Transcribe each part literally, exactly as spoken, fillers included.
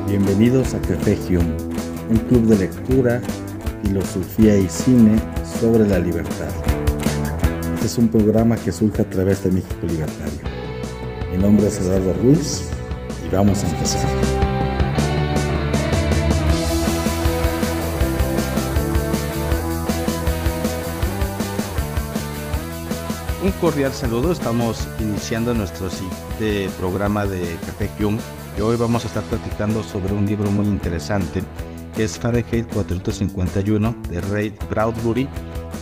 Bienvenidos a Café Hume, un club de lectura, filosofía y cine sobre la libertad. Este es un programa que surge a través de México Libertario. Mi nombre es Eduardo Ruiz y vamos a empezar. Un cordial saludo, estamos iniciando nuestro siguiente programa de Café Hume y hoy vamos a estar platicando sobre un libro muy interesante que es Fahrenheit cuatrocientos cincuenta y uno de Ray Bradbury.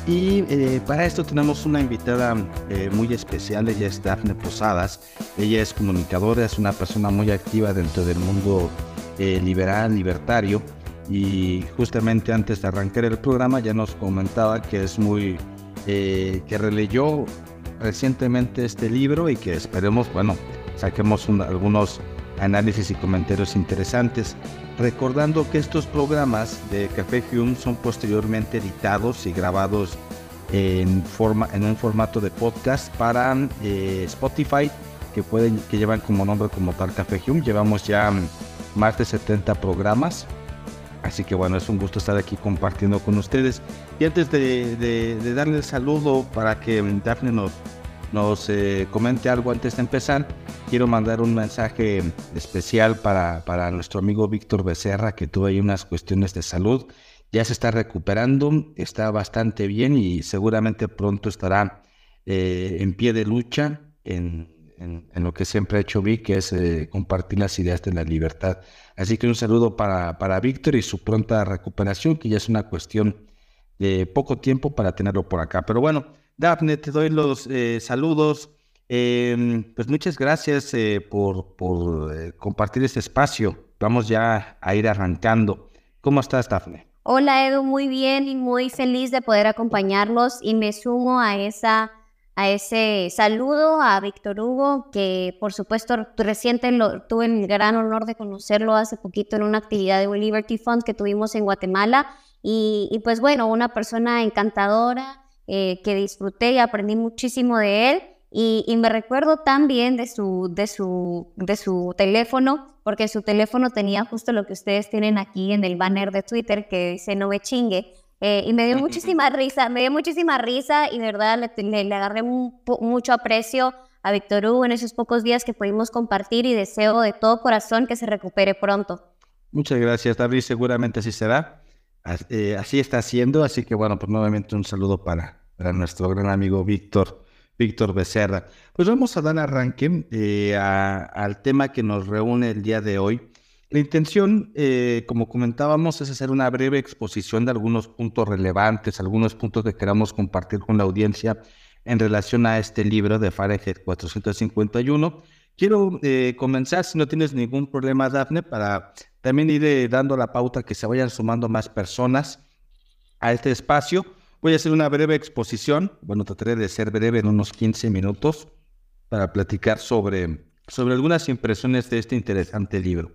Y eh, para esto tenemos una invitada eh, muy especial. Ella es Dafne Posadas. Ella es comunicadora, es una persona muy activa dentro del mundo eh, liberal, libertario, y justamente antes de arrancar el programa ya nos comentaba que es muy eh, que releyó recientemente este libro y que esperemos, bueno, saquemos un, algunos análisis y comentarios interesantes, recordando que estos programas de Café Hume son posteriormente editados y grabados en, forma, en un formato de podcast para eh, Spotify, que, pueden, que llevan como nombre como tal Café Hume. Llevamos ya más de setenta programas, así que bueno, es un gusto estar aquí compartiendo con ustedes. Y antes de, de, de darle el saludo para que Dafne nos, nos eh, comente algo antes de empezar, quiero mandar un mensaje especial para, para nuestro amigo Víctor Becerra, que tuvo ahí unas cuestiones de salud. Ya se está recuperando, está bastante bien y seguramente pronto estará eh, en pie de lucha en, en, en lo que siempre ha hecho Vic, que es eh, compartir las ideas de la libertad. Así que un saludo para, para Víctor y su pronta recuperación, que ya es una cuestión de poco tiempo para tenerlo por acá. Pero bueno, Dafne, te doy los eh, saludos. Eh, pues muchas gracias eh, por, por eh, compartir este espacio. Vamos ya a ir arrancando. ¿Cómo estás, Dafne? Hola, Edu, muy bien y muy feliz de poder acompañarlos, y me sumo a esa a ese saludo a Víctor Hugo, que por supuesto reciente lo, tuve el gran honor de conocerlo hace poquito en una actividad de Liberty Fund que tuvimos en Guatemala, y, y pues bueno, una persona encantadora eh, que disfruté y aprendí muchísimo de él. Y, y me recuerdo también de su, de, su, de su teléfono, porque su teléfono tenía justo lo que ustedes tienen aquí en el banner de Twitter, que dice "no me chingue", eh, y me dio muchísima risa, me dio muchísima risa y de verdad le, le, le agarré un, mucho aprecio a Víctor Hugo en esos pocos días que pudimos compartir, y deseo de todo corazón que se recupere pronto. Muchas gracias, David, seguramente así será, eh, así está haciendo, así que bueno, pues nuevamente un saludo para, para nuestro gran amigo Víctor Víctor Becerra. Pues vamos a dar arranque eh, a, al tema que nos reúne el día de hoy. La intención, eh, como comentábamos, es hacer una breve exposición de algunos puntos relevantes, algunos puntos que queramos compartir con la audiencia en relación a este libro de Fahrenheit cuatrocientos cincuenta y uno. Quiero eh, comenzar, si no tienes ningún problema, Dafne, para también ir eh, dando la pauta que se vayan sumando más personas a este espacio. Voy a hacer una breve exposición, bueno, trataré de ser breve en unos quince minutos para platicar sobre, sobre algunas impresiones de este interesante libro.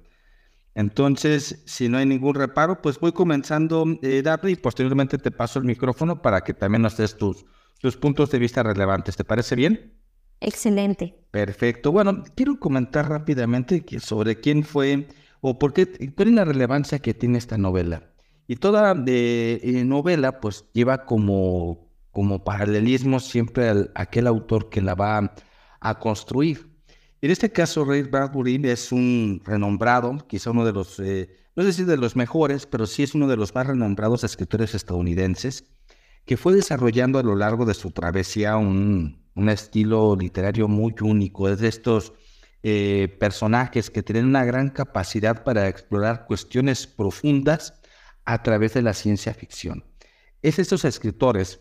Entonces, si no hay ningún reparo, pues voy comenzando, eh, Daphne, y posteriormente te paso el micrófono para que también nos des tus, tus puntos de vista relevantes. ¿Te parece bien? Excelente. Perfecto. Bueno, quiero comentar rápidamente que sobre quién fue o por qué, cuál es la relevancia que tiene esta novela. Y toda eh, eh, novela pues lleva como, como paralelismo siempre a aquel autor que la va a, a construir. En este caso, Ray Bradbury es un renombrado, quizá uno de los, eh, no sé si de los mejores, pero sí es uno de los más renombrados escritores estadounidenses, que fue desarrollando a lo largo de su travesía un, un estilo literario muy único. Es de estos eh, personajes que tienen una gran capacidad para explorar cuestiones profundas a través de la ciencia ficción. Es de estos escritores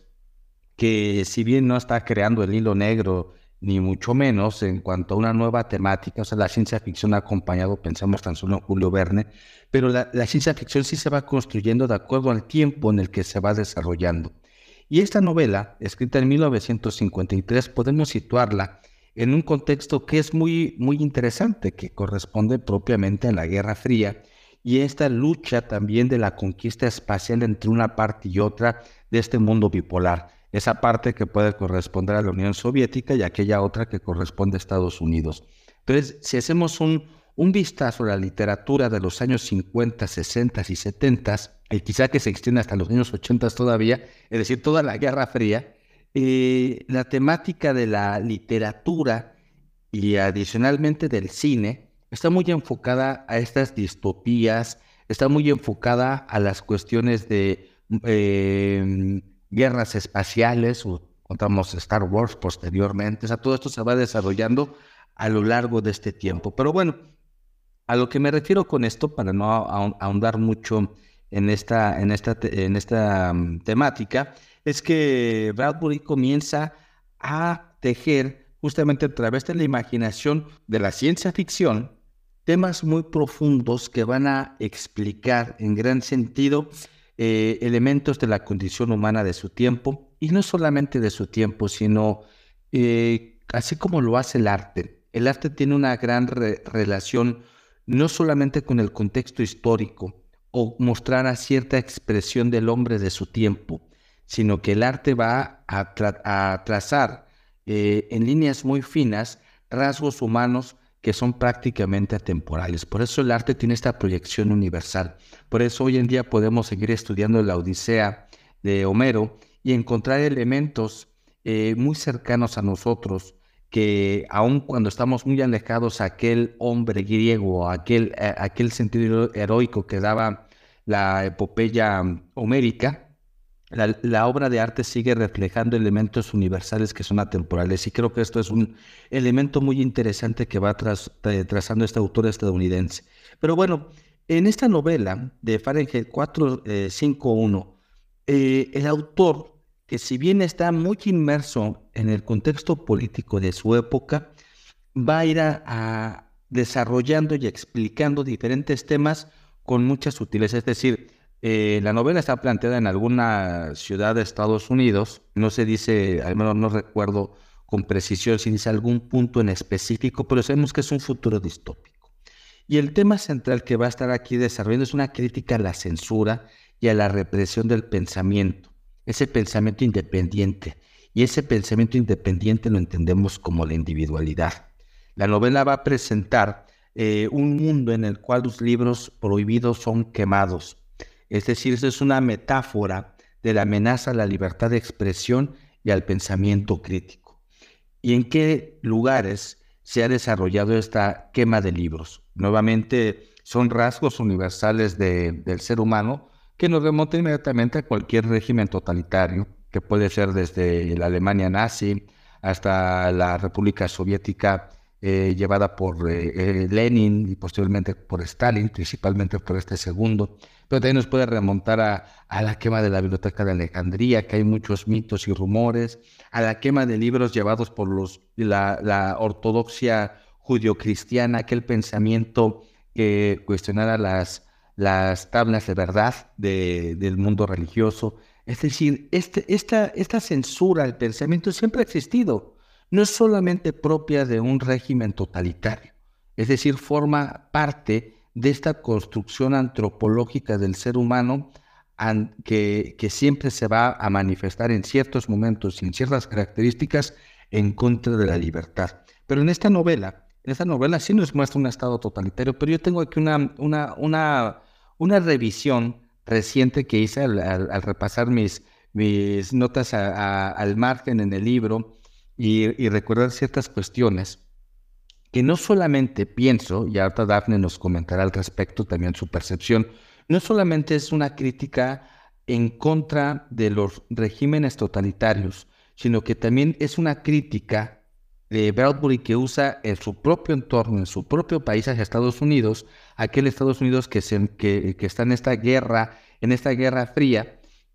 que, si bien no está creando el hilo negro, ni mucho menos en cuanto a una nueva temática, o sea, la ciencia ficción ha acompañado, pensamos tan solo en Julio Verne, pero la, la ciencia ficción sí se va construyendo de acuerdo al tiempo en el que se va desarrollando. Y esta novela, escrita en mil novecientos cincuenta y tres, podemos situarla en un contexto que es muy, muy interesante, que corresponde propiamente a la Guerra Fría, y esta lucha también de la conquista espacial entre una parte y otra de este mundo bipolar. Esa parte que puede corresponder a la Unión Soviética y aquella otra que corresponde a Estados Unidos. Entonces, si hacemos un, un vistazo a la literatura de los años cincuenta, sesenta y setenta, y quizá que se extiende hasta los años ochenta todavía, es decir, toda la Guerra Fría, eh, la temática de la literatura y adicionalmente del cine está muy enfocada a estas distopías, está muy enfocada a las cuestiones de eh, guerras espaciales, o contamos Star Wars posteriormente, o sea, todo esto se va desarrollando a lo largo de este tiempo. Pero bueno, a lo que me refiero con esto, para no ahondar mucho en esta, en esta, en esta um, temática, es que Bradbury comienza a tejer justamente a través de la imaginación de la ciencia ficción temas muy profundos que van a explicar en gran sentido eh, elementos de la condición humana de su tiempo, y no solamente de su tiempo, sino eh, así como lo hace el arte. El arte tiene una gran re- relación no solamente con el contexto histórico o mostrar a cierta expresión del hombre de su tiempo, sino que el arte va a, tra- a trazar eh, en líneas muy finas rasgos humanos que son prácticamente atemporales. Por eso el arte tiene esta proyección universal. Por eso hoy en día podemos seguir estudiando la Odisea de Homero y encontrar elementos eh, muy cercanos a nosotros, que aun cuando estamos muy alejados a aquel hombre griego, aquel, a, aquel sentido heroico que daba la epopeya homérica, la, la obra de arte sigue reflejando elementos universales que son atemporales, y creo que esto es un elemento muy interesante que va tras, tra, trazando este autor estadounidense. Pero bueno, en esta novela de Fahrenheit cuatro cinco uno, eh, el autor, que si bien está muy inmerso en el contexto político de su época, va a ir a, a desarrollando y explicando diferentes temas con mucha sutileza. Es decir, eh, la novela está planteada en alguna ciudad de Estados Unidos, no se dice, al menos no recuerdo con precisión si dice algún punto en específico, pero sabemos que es un futuro distópico. Y el tema central que va a estar aquí desarrollando es una crítica a la censura y a la represión del pensamiento, ese pensamiento independiente. Y ese pensamiento independiente lo entendemos como la individualidad. La novela va a presentar eh, un mundo en el cual los libros prohibidos son quemados. Es decir, eso es una metáfora de la amenaza a la libertad de expresión y al pensamiento crítico. ¿Y en qué lugares se ha desarrollado esta quema de libros? Nuevamente, son rasgos universales de, del ser humano que nos remontan inmediatamente a cualquier régimen totalitario, que puede ser desde la Alemania nazi hasta la República Soviética eh, llevada por eh, eh, Lenin y posteriormente por Stalin, principalmente por este segundo. Pero también nos puede remontar a, a la quema de la Biblioteca de Alejandría, que hay muchos mitos y rumores, a la quema de libros llevados por los, la, la ortodoxia judio-cristiana, aquel pensamiento que cuestionara las, las tablas de verdad de, del mundo religioso. Es decir, este, esta, esta censura al pensamiento siempre ha existido, no es solamente propia de un régimen totalitario, es decir, forma parte de esta construcción antropológica del ser humano an, que, que siempre se va a manifestar en ciertos momentos y en ciertas características en contra de la libertad. Pero en esta novela, en esta novela sí nos muestra un estado totalitario, pero yo tengo aquí una, una, una, una revisión reciente que hice al, al, al repasar mis, mis notas a, a, al margen en el libro y, y recordar ciertas cuestiones que no solamente pienso, y ahorita Dafne nos comentará al respecto también su percepción, no solamente es una crítica en contra de los regímenes totalitarios, sino que también es una crítica de Bradbury que usa en su propio entorno, en su propio país hacia Estados Unidos, aquel Estados Unidos que, se, que, que está en esta guerra, en esta guerra fría,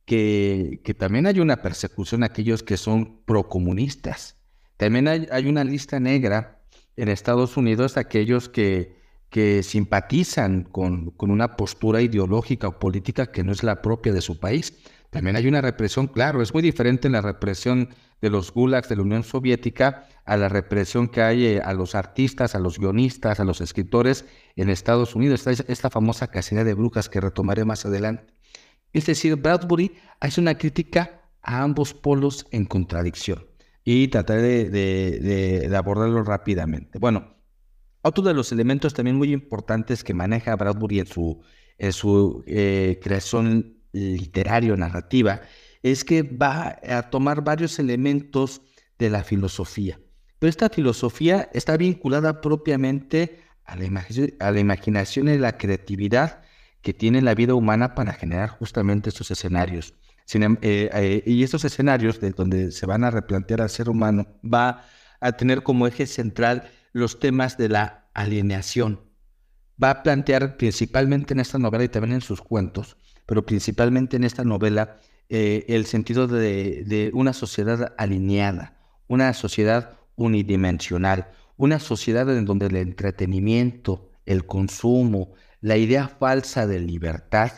que, que también hay una persecución a aquellos que son procomunistas. También hay, hay una lista negra en Estados Unidos, aquellos que, que simpatizan con, con una postura ideológica o política que no es la propia de su país. También hay una represión, claro, es muy diferente la represión de los gulags de la Unión Soviética a la represión que hay eh, a los artistas, a los guionistas, a los escritores en Estados Unidos, esta, esta famosa cacería de brujas que retomaré más adelante. Es decir, Bradbury hace una crítica a ambos polos en contradicción y trataré de, de, de, de abordarlo rápidamente. Bueno, Otro de los elementos también muy importantes que maneja Bradbury en su, en su eh, creación literario-narrativa es que va a tomar varios elementos de la filosofía. Pero esta filosofía está vinculada propiamente a la, imag- a la imaginación y la creatividad que tiene la vida humana para generar justamente estos escenarios. Sin, eh, eh, y estos escenarios de donde se van a replantear al ser humano va a tener como eje central los temas de la alienación. Va a plantear principalmente en esta novela y también en sus cuentos, pero principalmente en esta novela, eh, el sentido de, de una sociedad alineada, una sociedad unidimensional, una sociedad en donde el entretenimiento, el consumo, la idea falsa de libertad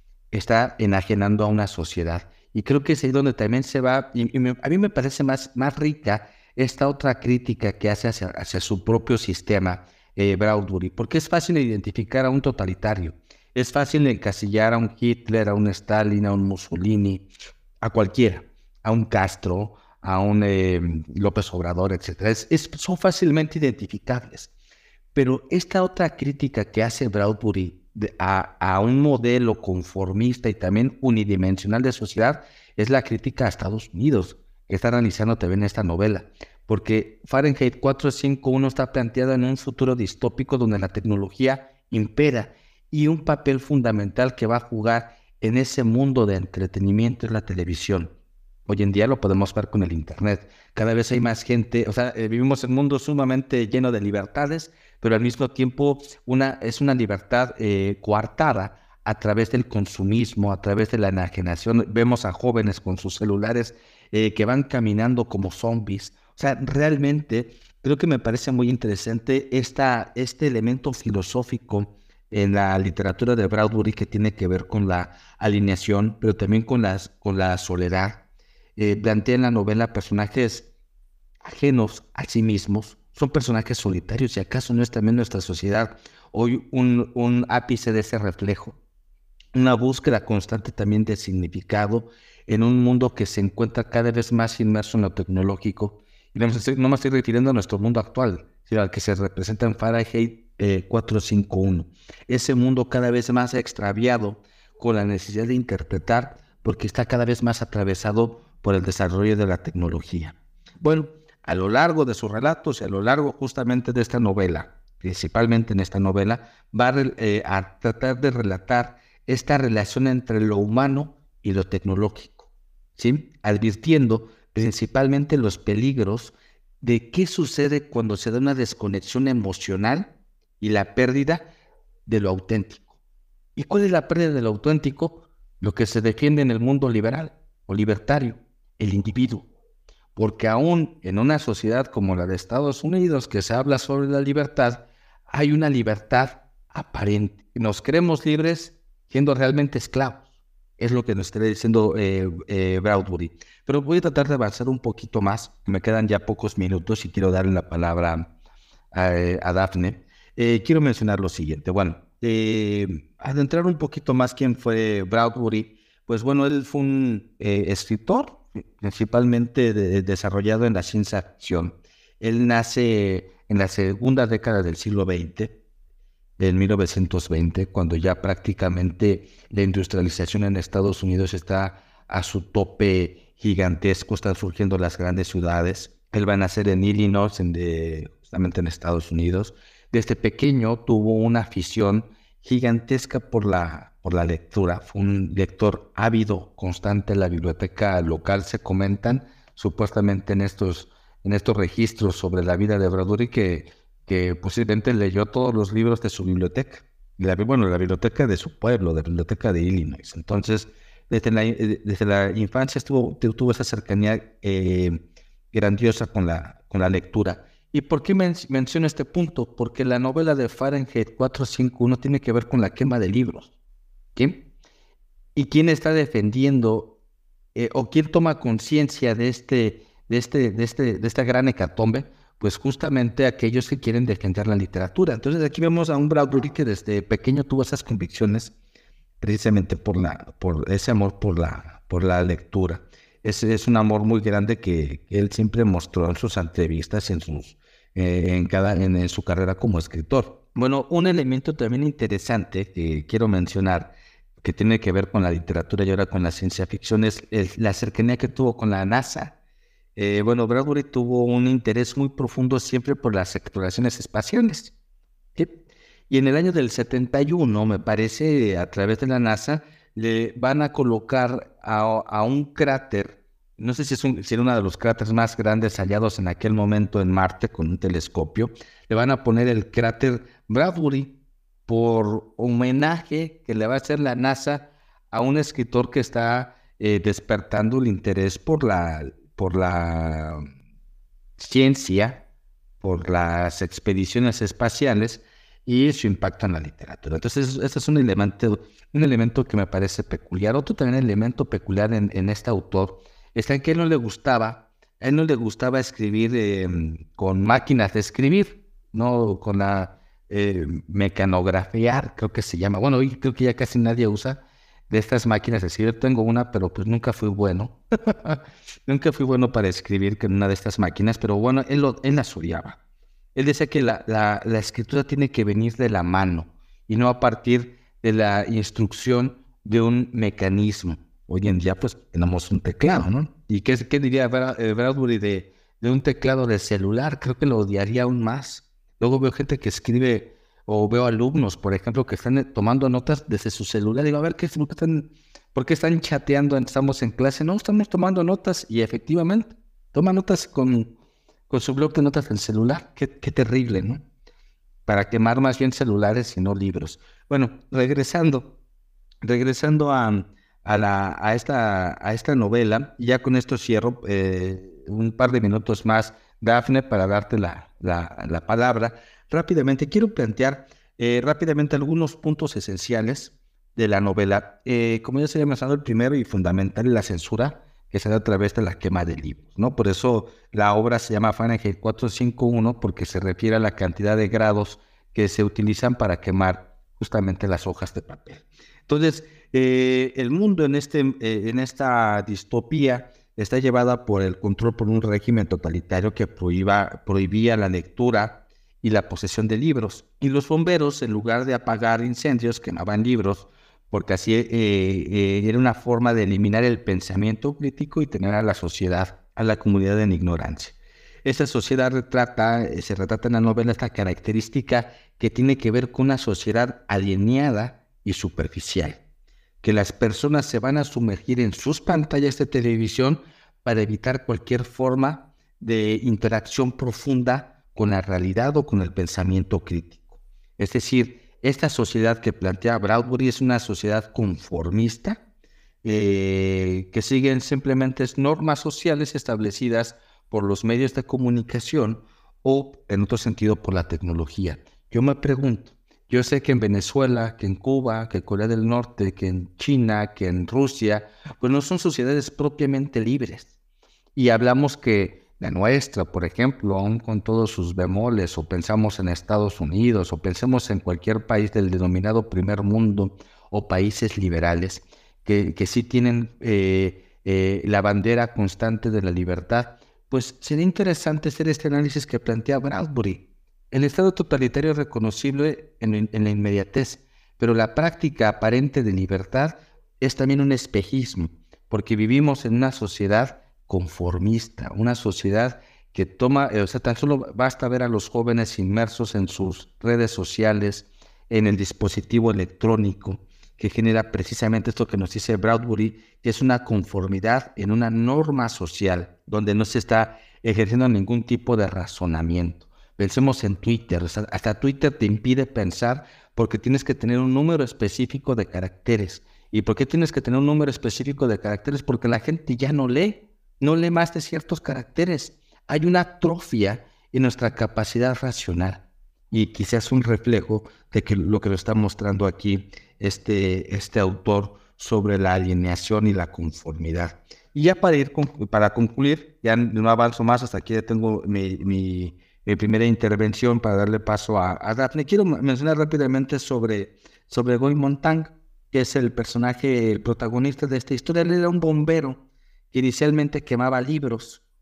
está enajenando a una sociedad. Y creo que es ahí donde también se va, y, y me, a mí me parece más, más rica esta otra crítica que hace hacia, hacia su propio sistema, eh, Bradbury, porque es fácil identificar a un totalitario, es fácil encasillar a un Hitler, a un Stalin, a un Mussolini, a cualquiera, a un Castro, a un eh, López Obrador, etcétera. Es, es, son fácilmente identificables. Pero esta otra crítica que hace Bradbury de, a, a un modelo conformista y también unidimensional de sociedad es la crítica a Estados Unidos, que está analizando también esta novela, porque Fahrenheit cuatrocientos cincuenta y uno está planteada en un futuro distópico donde la tecnología impera y un papel fundamental que va a jugar en ese mundo de entretenimiento es la televisión. Hoy en día lo podemos ver con el internet. Cada vez hay más gente, o sea, eh, vivimos en un mundo sumamente lleno de libertades, pero al mismo tiempo una, es una libertad eh, coartada a través del consumismo, a través de la enajenación. Vemos a jóvenes con sus celulares eh, que van caminando como zombies. O sea, realmente creo que me parece muy interesante esta, este elemento filosófico en la literatura de Bradbury que tiene que ver con la alineación, pero también con, las, con la soledad. Eh, plantea en la novela personajes ajenos a sí mismos, son personajes solitarios, y acaso no es también nuestra sociedad hoy un, un ápice de ese reflejo, una búsqueda constante también de significado en un mundo que se encuentra cada vez más inmerso en lo tecnológico. Y no me estoy, no me estoy refiriendo a nuestro mundo actual, sino al que se representa en Fahrenheit eh, cuatrocientos cincuenta y uno. Ese mundo cada vez más extraviado con la necesidad de interpretar, porque está cada vez más atravesado por el desarrollo de la tecnología. Bueno, a lo largo de sus relatos y a lo largo justamente de esta novela, principalmente en esta novela, va a, eh, a tratar de relatar esta relación entre lo humano y lo tecnológico, ¿sí? Advirtiendo principalmente los peligros de qué sucede cuando se da una desconexión emocional y la pérdida de lo auténtico. ¿Y cuál es la pérdida de lo auténtico? Lo que se defiende en el mundo liberal o libertario, el individuo. Porque aún en una sociedad como la de Estados Unidos, que se habla sobre la libertad, hay una libertad aparente. Nos creemos libres siendo realmente esclavos. Es lo que nos está diciendo eh, eh, Bradbury. Pero voy a tratar de avanzar un poquito más. Me quedan ya pocos minutos y quiero darle la palabra a, a Dafne. Eh, quiero mencionar lo siguiente. Bueno, eh, adentrar un poquito más quién fue Bradbury. Pues bueno, él fue un eh, escritor, principalmente de, desarrollado en la ciencia ficción. Él nace en la segunda década del siglo veinte, en mil novecientos veinte, cuando ya prácticamente la industrialización en Estados Unidos está a su tope gigantesco, están surgiendo las grandes ciudades. Él va a nacer en Illinois, en de, justamente en Estados Unidos. Desde pequeño tuvo una afición gigantesca por la, por la lectura. Fue un lector ávido, constante en la biblioteca local. Se comentan supuestamente en estos, en estos registros sobre la vida de Bradbury que, que posiblemente leyó todos los libros de su biblioteca. La, bueno, la biblioteca de su pueblo, la biblioteca de Illinois. Entonces, desde la, desde la infancia estuvo, tuvo esa cercanía eh, grandiosa con la, con la lectura. ¿Y por qué men menciono este punto? Porque la novela de Fahrenheit cuatrocientos cincuenta y uno tiene que ver con la quema de libros. ¿Sí? ¿Y quién está defendiendo eh, o quién toma conciencia de, este, de, este, de, este, de esta gran hecatombe? Pues justamente aquellos que quieren defender la literatura. Entonces aquí vemos a un Bradbury que desde pequeño tuvo esas convicciones precisamente por, la, por ese amor por la, por la lectura. Ese es un amor muy grande que, que él siempre mostró en sus entrevistas, en sus, eh, en, cada, en, en su carrera como escritor. Bueno, un elemento también interesante que quiero mencionar, que tiene que ver con la literatura y ahora con la ciencia ficción, es, es la cercanía que tuvo con la NASA. Eh, bueno, Bradbury tuvo un interés muy profundo siempre por las exploraciones espaciales, ¿sí? Y en el año del setenta y uno, me parece, a través de la NASA, le van a colocar a, a un cráter, no sé si, es un, si era uno de los cráteres más grandes hallados en aquel momento en Marte con un telescopio, le van a poner el cráter Bradbury por homenaje que le va a hacer la NASA a un escritor que está eh, despertando el interés por la, por la ciencia, por las expediciones espaciales y su impacto en la literatura. Entonces, ese es un elemento, un elemento que me parece peculiar. Otro también elemento peculiar en, en este autor es que a él no le gustaba, a él no le gustaba escribir eh, con máquinas de escribir, no con la eh, mecanografiar, creo que se llama. Bueno, hoy creo que ya casi nadie usa de estas máquinas de escribir. Tengo una, pero pues nunca fui bueno. Nunca fui bueno para escribir con una de estas máquinas, pero bueno, él, lo, él las odiaba. Él decía que la, la, la escritura tiene que venir de la mano y no a partir de la instrucción de un mecanismo. Hoy en día pues tenemos un teclado, ¿no? ¿Y qué, qué diría Bradbury de, de un teclado de celular? Creo que lo odiaría aún más. Luego veo gente que escribe, o veo alumnos, por ejemplo, que están tomando notas desde su celular. Digo, a ver, ¿qué, por, qué están, ¿por qué están chateando? Estamos en clase. No, estamos tomando notas y efectivamente toma notas con... con su blog de notas del celular. Qué, qué terrible, ¿no? Para quemar más bien celulares y no libros. Bueno, regresando, regresando a, a, la, a, esta, a esta novela, y ya con esto cierro eh, un par de minutos más, Dafne, para darte la, la, la palabra. Rápidamente, quiero plantear eh, rápidamente algunos puntos esenciales de la novela. Eh, como ya se había mencionado, el primero y fundamental es la censura, que se da a través de la quema de libros, ¿no? Por eso la obra se llama Fahrenheit cuatrocientos cincuenta y uno, porque se refiere a la cantidad de grados que se utilizan para quemar justamente las hojas de papel. Entonces, eh, el mundo en, este, eh, en esta distopía está llevada por el control por un régimen totalitario que prohíba, prohibía la lectura y la posesión de libros. Y los bomberos, en lugar de apagar incendios, quemaban libros, porque así eh, eh, era una forma de eliminar el pensamiento crítico y tener a la sociedad, a la comunidad en ignorancia. Esta sociedad retrata, eh, se retrata en la novela esta característica que tiene que ver con una sociedad alienada y superficial, que las personas se van a sumergir en sus pantallas de televisión para evitar cualquier forma de interacción profunda con la realidad o con el pensamiento crítico. Es decir, esta sociedad que plantea Bradbury es una sociedad conformista, eh, que siguen simplemente normas sociales establecidas por los medios de comunicación o, en otro sentido, por la tecnología. Yo me pregunto, yo sé que en Venezuela, que en Cuba, que en Corea del Norte, que en China, que en Rusia, pues no son sociedades propiamente libres. Y hablamos que la nuestra, por ejemplo, aún con todos sus bemoles, o pensamos en Estados Unidos, o pensemos en cualquier país del denominado primer mundo, o países liberales, que, que sí tienen eh, eh, la bandera constante de la libertad, pues sería interesante hacer este análisis que plantea Bradbury. El Estado totalitario es reconocible en, en la inmediatez, pero la práctica aparente de libertad es también un espejismo, porque vivimos en una sociedad conformista, una sociedad que toma, o sea, tan solo basta ver a los jóvenes inmersos en sus redes sociales, en el dispositivo electrónico, que genera precisamente esto que nos dice Bradbury, que es una conformidad en una norma social, donde no se está ejerciendo ningún tipo de razonamiento. Pensemos en Twitter, o sea, hasta Twitter te impide pensar porque tienes que tener un número específico de caracteres. ¿Y por qué tienes que tener un número específico de caracteres? Porque la gente ya no lee, no lee más de ciertos caracteres. Hay una atrofia en nuestra capacidad racional y quizás un reflejo de que lo que lo está mostrando aquí este, este autor sobre la alienación y la conformidad. Y ya para ir para concluir, ya no avanzo más, hasta aquí ya tengo mi, mi, mi primera intervención para darle paso a, a Dafne. Quiero mencionar rápidamente sobre, sobre Guy Montand, que es el personaje, el protagonista de esta historia. Él era un bombero que inicialmente quemaba libros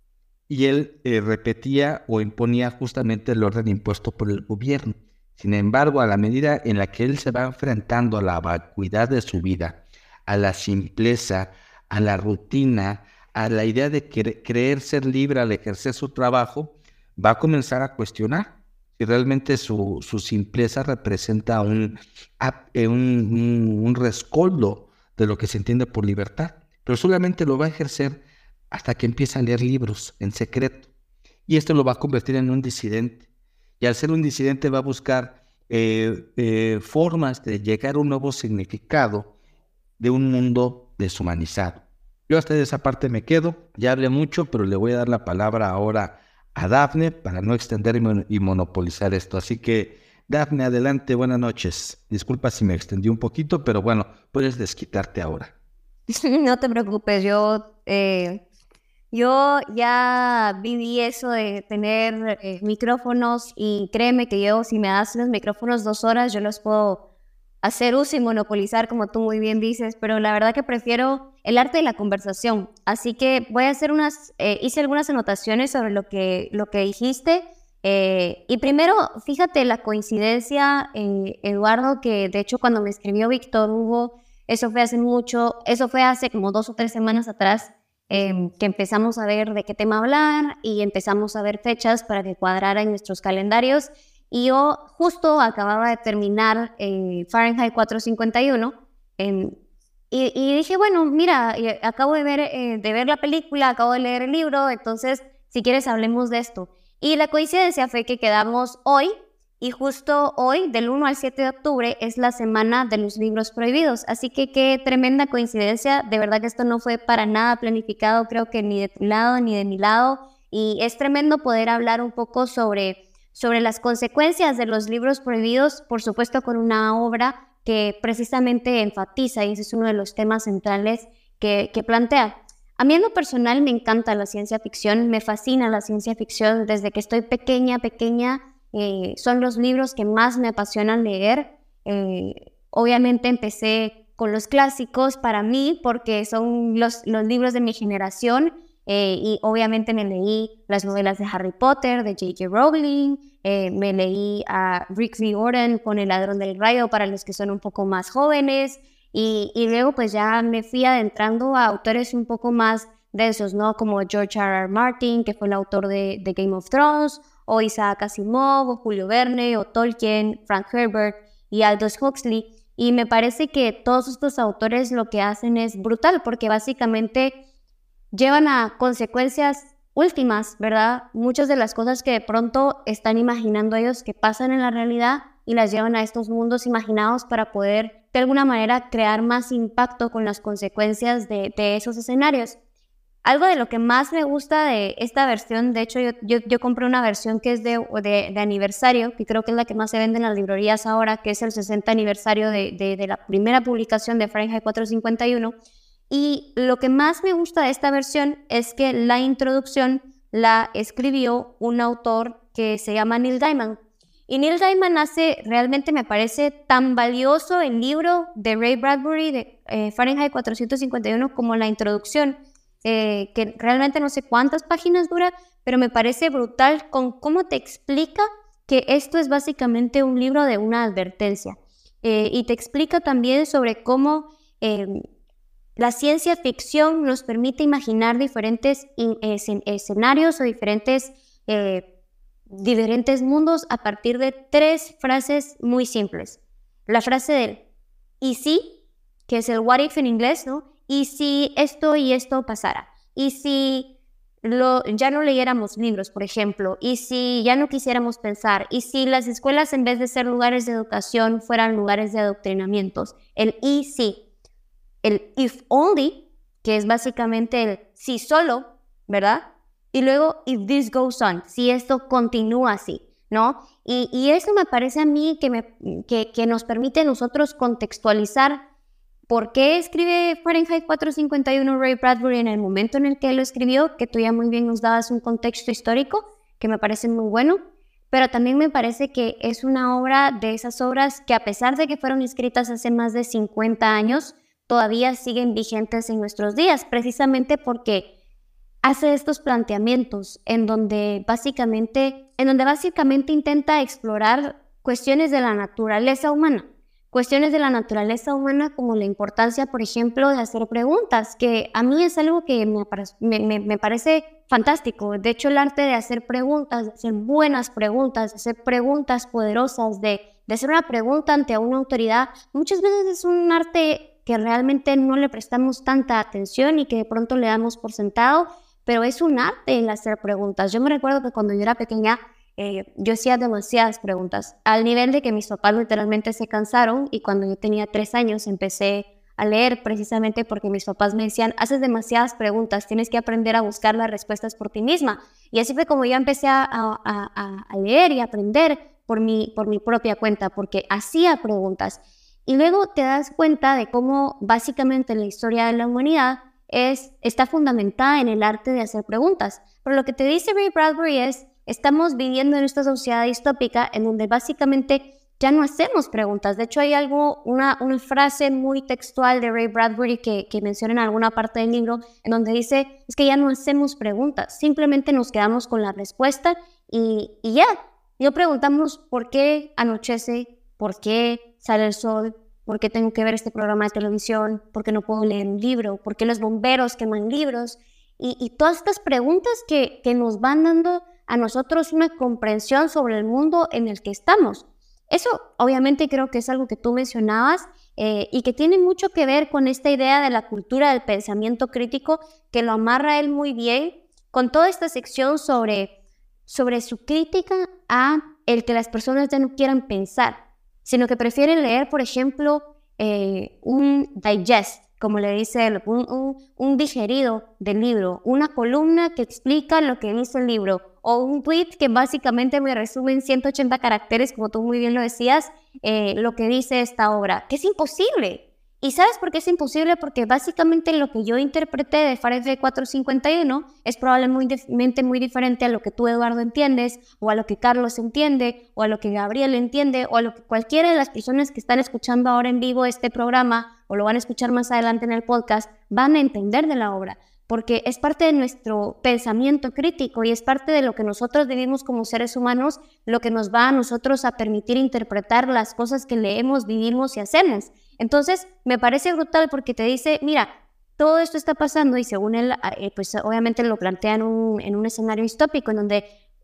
y él eh, repetía o imponía justamente el orden impuesto por el gobierno. Sin embargo, a la medida en la que él se va enfrentando a la vacuidad de su vida, a la simpleza, a la rutina, a la idea de cre- creer ser libre al ejercer su trabajo, va a comenzar a cuestionar si realmente su, su simpleza representa un, un, un, un rescoldo de lo que se entiende por libertad. Pero solamente lo va a ejercer hasta que empieza a leer libros en secreto. Y esto lo va a convertir en un disidente. Y al ser un disidente va a buscar eh, eh, formas de llegar a un nuevo significado de un mundo deshumanizado. Yo hasta de esa parte me quedo, ya hablé mucho, pero le voy a dar la palabra ahora a Dafne para no extenderme y monopolizar esto. Así que, Dafne, adelante, buenas noches. Disculpa si me extendí un poquito, pero bueno, puedes desquitarte ahora. No te preocupes, yo, eh, yo ya viví eso de tener eh, micrófonos y créeme que yo, si me das los micrófonos dos horas, yo los puedo hacer uso y monopolizar, como tú muy bien dices, pero la verdad que prefiero el arte de la conversación. Así que voy a hacer unas, eh, hice algunas anotaciones sobre lo que, lo que dijiste. Eh, y primero, fíjate la coincidencia, eh, Eduardo, que de hecho cuando me escribió Víctor Hugo, eso fue hace mucho, eso fue hace como dos o tres semanas atrás, eh, que empezamos a ver de qué tema hablar y empezamos a ver fechas para que cuadraran nuestros calendarios. Y yo justo acababa de terminar eh, Fahrenheit cuatrocientos cincuenta y uno eh, y, y dije, bueno, mira, acabo de ver, eh, de ver la película, acabo de leer el libro, entonces si quieres hablemos de esto. Y la coincidencia fue que quedamos hoy, y justo hoy, del uno al siete de octubre, es la semana de los libros prohibidos. Así que qué tremenda coincidencia, de verdad que esto no fue para nada planificado, creo que ni de tu lado ni de mi lado, y es tremendo poder hablar un poco sobre... sobre las consecuencias de los libros prohibidos, por supuesto con una obra que precisamente enfatiza, y ese es uno de los temas centrales que, que plantea. A mí en lo personal me encanta la ciencia ficción, me fascina la ciencia ficción, desde que estoy pequeña, pequeña, eh, son los libros que más me apasionan leer. Eh, obviamente empecé con los clásicos para mí, porque son los, los libros de mi generación, Eh, y obviamente me leí las novelas de Harry Potter, de J K Rowling, eh, me leí a Rick Riordan con El ladrón del rayo para los que son un poco más jóvenes, y, y luego pues ya me fui adentrando a autores un poco más densos, ¿no? Como George R R Martin, que fue el autor de, de Game of Thrones, o Isaac Asimov, o Julio Verne, o Tolkien, Frank Herbert y Aldous Huxley. Y me parece que todos estos autores lo que hacen es brutal, porque básicamente llevan a consecuencias últimas, ¿verdad? Muchas de las cosas que de pronto están imaginando ellos que pasan en la realidad y las llevan a estos mundos imaginados para poder de alguna manera crear más impacto con las consecuencias de, de esos escenarios. Algo de lo que más me gusta de esta versión, de hecho yo, yo, yo compré una versión que es de, de, de aniversario, que creo que es la que más se vende en las librerías ahora, que es el sesenta aniversario de, de, de la primera publicación de Fahrenheit cuatrocientos cincuenta y uno. Y lo que más me gusta de esta versión es que la introducción la escribió un autor que se llama Neil Gaiman. Y Neil Gaiman hace, realmente me parece tan valioso el libro de Ray Bradbury de eh, Fahrenheit cuatrocientos cincuenta y uno como la introducción, eh, que realmente no sé cuántas páginas dura, pero me parece brutal con cómo te explica que esto es básicamente un libro de una advertencia. Eh, y te explica también sobre cómo... Eh, La ciencia ficción nos permite imaginar diferentes escenarios o diferentes, eh, diferentes mundos a partir de tres frases muy simples. La frase del ¿y si? Que es el what if en inglés, ¿no? ¿Y si esto y esto pasara? ¿Y si lo, ya no leyéramos libros, por ejemplo? ¿Y si ya no quisiéramos pensar? ¿Y si las escuelas en vez de ser lugares de educación fueran lugares de adoctrinamientos? El ¿y si? El if only, que es básicamente el si solo, ¿verdad? Y luego if this goes on, si esto continúa así, ¿no? Y, y eso me parece a mí que, me, que, que nos permite a nosotros contextualizar por qué escribe Fahrenheit cuatrocientos cincuenta y uno Ray Bradbury en el momento en el que lo escribió, que tú ya muy bien nos dabas un contexto histórico, que me parece muy bueno, pero también me parece que es una obra de esas obras que a pesar de que fueron escritas hace más de cincuenta años, todavía siguen vigentes en nuestros días, precisamente porque hace estos planteamientos en donde básicamente, en donde básicamente intenta explorar cuestiones de la naturaleza humana. Cuestiones de la naturaleza humana como la importancia, por ejemplo, de hacer preguntas, que a mí es algo que me, me, me, me parece fantástico. De hecho, el arte de hacer preguntas, de hacer buenas preguntas, de hacer preguntas poderosas, de, de hacer una pregunta ante una autoridad, muchas veces es un arte que realmente no le prestamos tanta atención y que de pronto le damos por sentado, pero es un arte el hacer preguntas. Yo me recuerdo que cuando yo era pequeña, Eh, yo hacía demasiadas preguntas, al nivel de que mis papás literalmente se cansaron, y cuando yo tenía tres años empecé a leer precisamente porque mis papás me decían, haces demasiadas preguntas, tienes que aprender a buscar las respuestas por ti misma. Y así fue como yo empecé a, a, a, a leer y aprender por mi, por mi propia cuenta, porque hacía preguntas. Y luego te das cuenta de cómo básicamente la historia de la humanidad es, está fundamentada en el arte de hacer preguntas. Pero lo que te dice Ray Bradbury es, estamos viviendo en esta sociedad distópica en donde básicamente ya no hacemos preguntas. De hecho, hay algo, una, una frase muy textual de Ray Bradbury que, que menciona en alguna parte del libro, en donde dice, es que ya no hacemos preguntas, simplemente nos quedamos con la respuesta y, y ya. No preguntamos por qué anochece, por qué sale el sol, por qué tengo que ver este programa de televisión, por qué no puedo leer un libro, por qué los bomberos queman libros. Y, y todas estas preguntas que, que nos van dando a nosotros una comprensión sobre el mundo en el que estamos. Eso obviamente creo que es algo que tú mencionabas eh, y que tiene mucho que ver con esta idea de la cultura del pensamiento crítico, que lo amarra él muy bien con toda esta sección sobre, sobre su crítica a el que las personas ya no quieran pensar, sino que prefieren leer, por ejemplo, eh, un digest, como le dice él, un, un, un digerido del libro, una columna que explica lo que dice el libro, o un tweet que básicamente me resume en ciento ochenta caracteres, como tú muy bien lo decías, eh, lo que dice esta obra, que es imposible. ¿Y sabes por qué es imposible? Porque básicamente lo que yo interpreté de Fahrenheit cuatrocientos cincuenta y uno es probablemente muy diferente a lo que tú, Eduardo, entiendes, o a lo que Carlos entiende, o a lo que Gabriel entiende, o a lo que cualquiera de las personas que están escuchando ahora en vivo este programa, o lo van a escuchar más adelante en el podcast, van a entender de la obra, porque es parte de nuestro pensamiento crítico y es parte de lo que nosotros vivimos como seres humanos, lo que nos va a nosotros a permitir interpretar las cosas que leemos, vivimos y hacemos. Entonces, me parece brutal porque te dice, mira, todo esto está pasando y según él, eh, pues obviamente lo plantea en un, en un escenario distópico en donde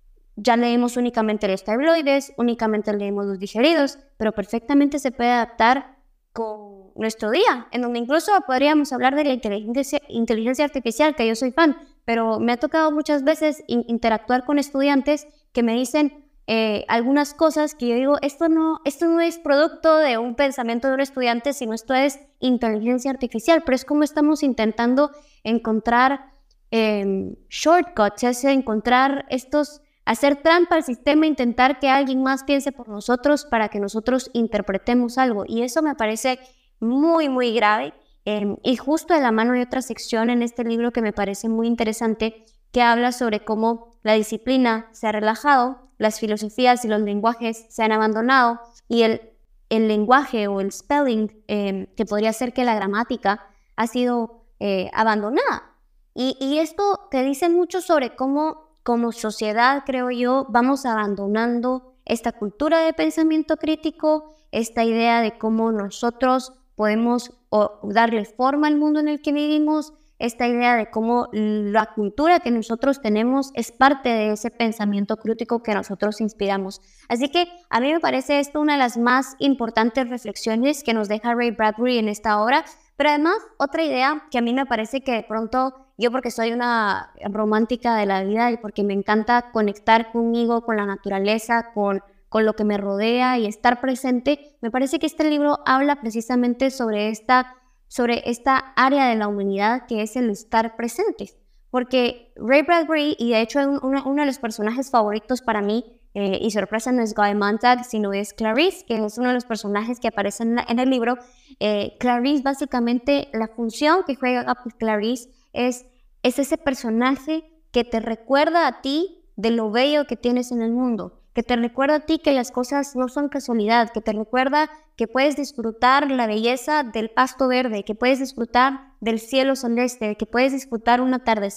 ya leemos únicamente los tabloides, únicamente leemos los digeridos, pero perfectamente se puede adaptar con nuestro día, en donde incluso podríamos hablar de la inteligencia, inteligencia artificial, que yo soy fan, pero me ha tocado muchas veces in, interactuar con estudiantes que me dicen eh, algunas cosas que yo digo, esto no, esto no es producto de un pensamiento de un estudiante, sino esto es inteligencia artificial, pero es como estamos intentando encontrar eh, shortcuts, es encontrar estos, hacer trampa al sistema, intentar que alguien más piense por nosotros para que nosotros interpretemos algo, y eso me parece muy, muy grave, eh, y justo de la mano hay otra sección en este libro que me parece muy interesante, que habla sobre cómo la disciplina se ha relajado, las filosofías y los lenguajes se han abandonado, y el, el lenguaje o el spelling, eh, que podría ser que la gramática, ha sido eh, abandonada. Y, y esto te dice mucho sobre cómo, como sociedad, creo yo, vamos abandonando esta cultura de pensamiento crítico, esta idea de cómo nosotros podemos o, darle forma al mundo en el que vivimos, esta idea de cómo la cultura que nosotros tenemos es parte de ese pensamiento crítico que nosotros inspiramos. Así que a mí me parece esto una de las más importantes reflexiones que nos deja Ray Bradbury en esta obra, pero además otra idea que a mí me parece que de pronto, yo porque soy una romántica de la vida y porque me encanta conectar conmigo, con la naturaleza, con con lo que me rodea y estar presente, me parece que este libro habla precisamente sobre esta, sobre esta área de la humanidad que es el estar presentes. Porque Ray Bradbury, y de hecho uno, uno de los personajes favoritos para mí, eh, y sorpresa no es Guy Montag, sino es Clarice, que es uno de los personajes que aparecen en, la, en el libro. Eh, Clarice, básicamente, la función que juega Clarice es, es ese personaje que te recuerda a ti de lo bello que tienes en el mundo, que te recuerda a ti que las cosas no son casualidad, que te recuerda que puedes disfrutar la belleza del pasto verde, que puedes disfrutar del cielo celeste, que puedes disfrutar un atardecer.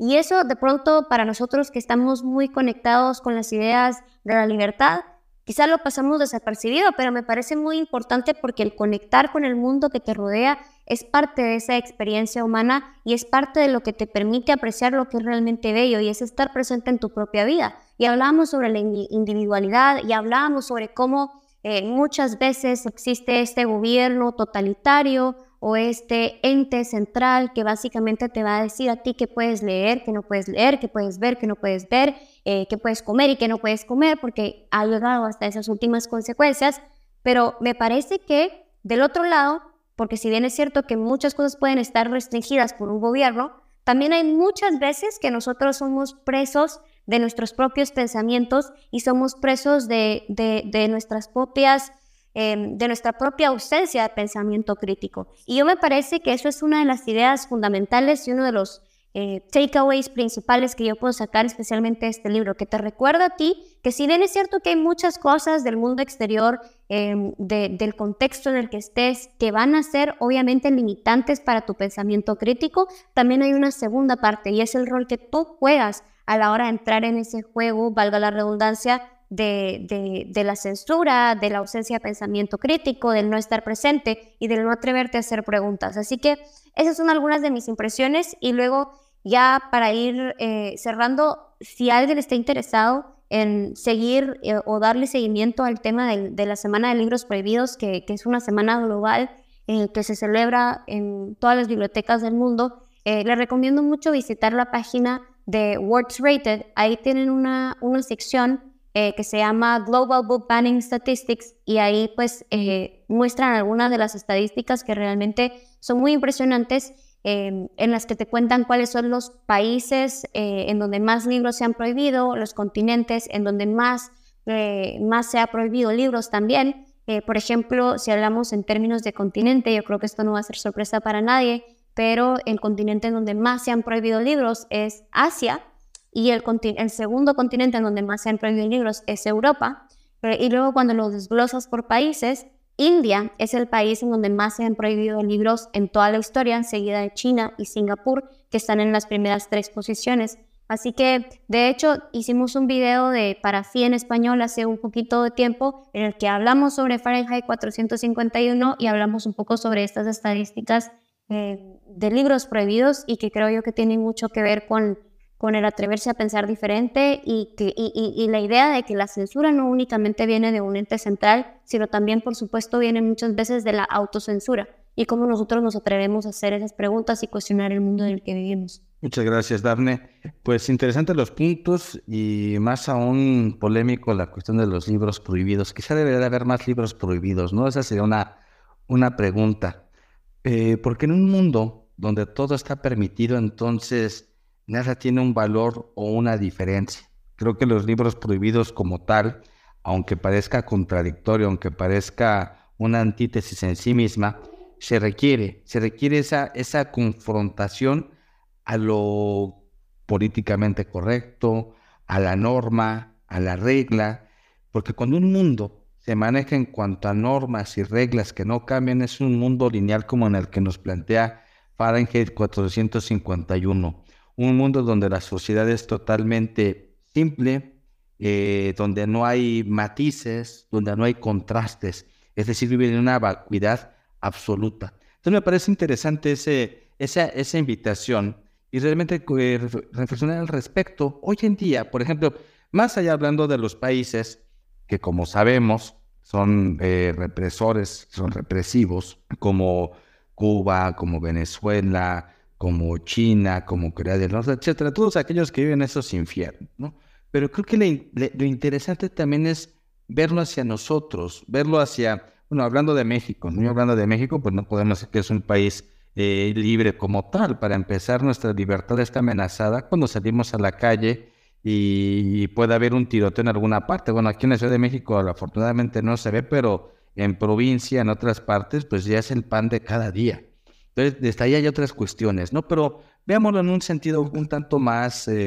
Y eso de pronto para nosotros que estamos muy conectados con las ideas de la libertad, quizás lo pasamos desapercibido, pero me parece muy importante porque el conectar con el mundo que te rodea es parte de esa experiencia humana y es parte de lo que te permite apreciar lo que es realmente bello y es estar presente en tu propia vida. Y hablábamos sobre la individualidad y hablábamos sobre cómo eh, muchas veces existe este gobierno totalitario o este ente central que básicamente te va a decir a ti qué puedes leer, qué no puedes leer, qué puedes ver, qué no puedes ver, eh, qué puedes comer y qué no puedes comer, porque ha llegado hasta esas últimas consecuencias. Pero me parece que del otro lado, porque si bien es cierto que muchas cosas pueden estar restringidas por un gobierno, también hay muchas veces que nosotros somos presos de nuestros propios pensamientos y somos presos de, de, de nuestras propias Eh, de nuestra propia ausencia de pensamiento crítico. Y yo me parece que eso es una de las ideas fundamentales y uno de los eh, takeaways principales que yo puedo sacar especialmente de este libro, que te recuerda a ti que si bien es cierto que hay muchas cosas del mundo exterior, eh, de, del contexto en el que estés, que van a ser obviamente limitantes para tu pensamiento crítico, también hay una segunda parte y es el rol que tú juegas a la hora de entrar en ese juego, valga la redundancia, De, de, de la censura, de la ausencia de pensamiento crítico, del no estar presente y del no atreverte a hacer preguntas. Así que esas son algunas de mis impresiones y luego ya para ir eh, cerrando, si alguien está interesado en seguir eh, o darle seguimiento al tema de, de la Semana de Libros Prohibidos, que, que es una semana global eh, que se celebra en todas las bibliotecas del mundo, eh, les recomiendo mucho visitar la página de Words Rated. Ahí tienen una, una sección Eh, que se llama Global Book Banning Statistics y ahí pues eh, muestran algunas de las estadísticas que realmente son muy impresionantes, eh, en las que te cuentan cuáles son los países eh, en donde más libros se han prohibido, los continentes en donde más, eh, más se ha prohibido libros también. Eh, por ejemplo, si hablamos en términos de continente, yo creo que esto no va a ser sorpresa para nadie, pero el continente en donde más se han prohibido libros es Asia. Y el, el segundo continente en donde más se han prohibido libros es Europa. Y luego cuando lo desglosas por países, India es el país en donde más se han prohibido libros en toda la historia, enseguida de China y Singapur, que están en las primeras tres posiciones. Así que, de hecho, hicimos un video de para F I en español hace un poquito de tiempo en el que hablamos sobre Fahrenheit cuatrocientos cincuenta y uno y hablamos un poco sobre estas estadísticas eh, de libros prohibidos y que creo yo que tienen mucho que ver con con el atreverse a pensar diferente y, que, y, y, y la idea de que la censura no únicamente viene de un ente central, sino también, por supuesto, viene muchas veces de la autocensura y cómo nosotros nos atrevemos a hacer esas preguntas y cuestionar el mundo en el que vivimos. Muchas gracias, Dafne. Pues interesantes los puntos y más aún polémico la cuestión de los libros prohibidos. Quizá debería haber más libros prohibidos, ¿no? Esa sería una, una pregunta. Eh, porque en un mundo donde todo está permitido, entonces nada tiene un valor o una diferencia. Creo que los libros prohibidos como tal, aunque parezca contradictorio, aunque parezca una antítesis en sí misma, se requiere, se requiere esa, esa confrontación a lo políticamente correcto, a la norma, a la regla, porque cuando un mundo se maneja en cuanto a normas y reglas que no cambian, es un mundo lineal como en el que nos plantea Fahrenheit cuatrocientos cincuenta y uno. Un mundo donde la sociedad es totalmente simple, eh, donde no hay matices, donde no hay contrastes, es decir, vive en una vacuidad absoluta. Entonces me parece interesante ese, esa, esa invitación y realmente eh, reflexionar al respecto. Hoy en día, por ejemplo, más allá hablando de los países que, como sabemos, son eh, represores, son represivos, como Cuba, como Venezuela, como China, como Corea del Norte, etcétera, todos aquellos que viven esos infiernos, ¿no? Pero creo que le, le, lo interesante también es verlo hacia nosotros, verlo hacia, bueno, hablando de México, ¿no? Hablando de México, pues no podemos decir que es un país eh, libre como tal. Para empezar, nuestra libertad está amenazada cuando salimos a la calle y, y puede haber un tiroteo en alguna parte. Bueno, aquí en la Ciudad de México afortunadamente no se ve, pero en provincia, en otras partes, pues ya es el pan de cada día. Entonces, desde ahí hay otras cuestiones, ¿no? Pero veámoslo en un sentido un tanto más eh,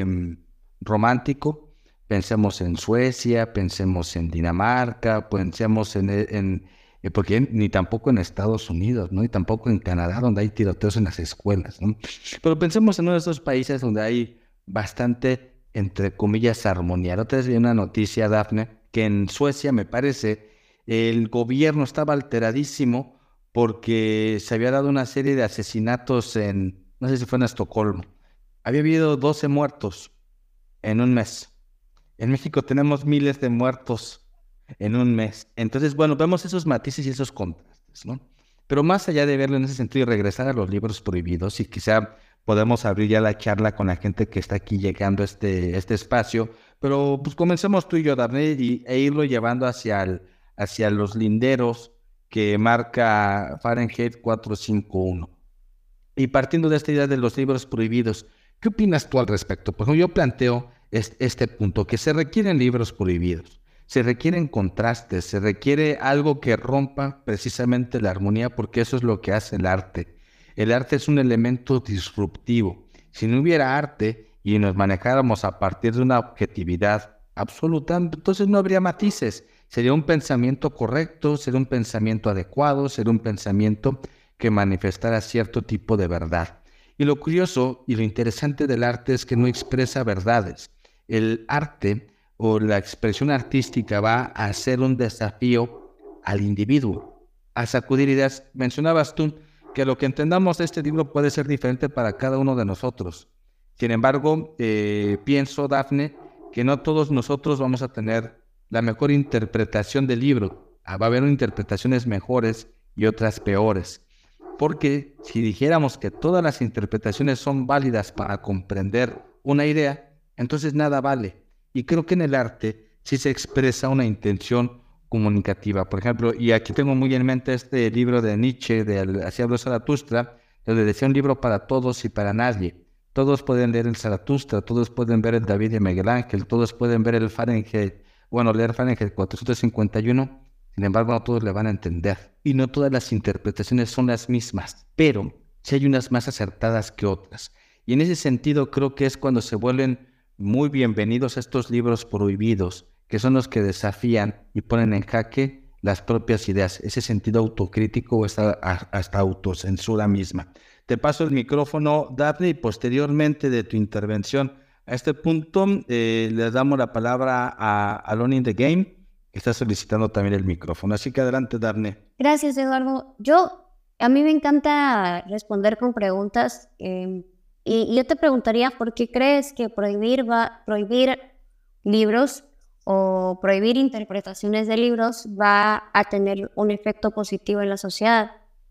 romántico. Pensemos en Suecia, pensemos en Dinamarca, pensemos en, en, en... porque ni tampoco en Estados Unidos, ¿no? Y tampoco en Canadá, donde hay tiroteos en las escuelas, ¿no? Pero pensemos en uno de esos países donde hay bastante, entre comillas, armonía. Otra vez vi una noticia, Dafne, que en Suecia, me parece, el gobierno estaba alteradísimo porque se había dado una serie de asesinatos en, no sé si fue en Estocolmo. Había habido doce muertos en un mes. En México tenemos miles de muertos en un mes. Entonces, bueno, vemos esos matices y esos contrastes, ¿no? Pero más allá de verlo en ese sentido y regresar a los libros prohibidos, y quizá podemos abrir ya la charla con la gente que está aquí llegando a este, este espacio, pero pues comencemos tú y yo, Dafne, y, e irlo llevando hacia, el, hacia los linderos que marca Fahrenheit cuatrocientos cincuenta y uno. Y partiendo de esta idea de los libros prohibidos, ¿qué opinas tú al respecto? Pues yo planteo este, este punto, que se requieren libros prohibidos, se requieren contrastes, se requiere algo que rompa precisamente la armonía, porque eso es lo que hace el arte. El arte es un elemento disruptivo. Si no hubiera arte y nos manejáramos a partir de una objetividad absoluta, entonces no habría matices. Sería un pensamiento correcto, sería un pensamiento adecuado, sería un pensamiento que manifestara cierto tipo de verdad. Y lo curioso y lo interesante del arte es que no expresa verdades. El arte o la expresión artística va a ser un desafío al individuo, a sacudir ideas. Mencionabas tú que lo que entendamos de este libro puede ser diferente para cada uno de nosotros. Sin embargo, eh, pienso, Dafne, que no todos nosotros vamos a tener la mejor interpretación del libro. Ah, va a haber interpretaciones mejores y otras peores. Porque si dijéramos que todas las interpretaciones son válidas para comprender una idea, entonces nada vale. Y creo que en el arte sí se expresa una intención comunicativa. Por ejemplo, y aquí tengo muy en mente este libro de Nietzsche, de Así habló Zaratustra, donde decía un libro para todos y para nadie. Todos pueden leer el Zaratustra, todos pueden ver el David de Miguel Ángel, todos pueden ver el Fahrenheit, bueno, leer Fahrenheit cuatrocientos cincuenta y uno, sin embargo no todos le van a entender. Y no todas las interpretaciones son las mismas, pero sí hay unas más acertadas que otras. Y en ese sentido creo que es cuando se vuelven muy bienvenidos estos libros prohibidos, que son los que desafían y ponen en jaque las propias ideas, ese sentido autocrítico o hasta, hasta autocensura misma. Te paso el micrófono, Dafne, y posteriormente de tu intervención a este punto eh, le damos la palabra a Alone in the Game, que está solicitando también el micrófono. Así que adelante, Dafne. Gracias, Eduardo. Yo, a mí me encanta responder con preguntas. Eh, y, y yo te preguntaría, ¿por qué crees que prohibir, va, prohibir libros o prohibir interpretaciones de libros va a tener un efecto positivo en la sociedad?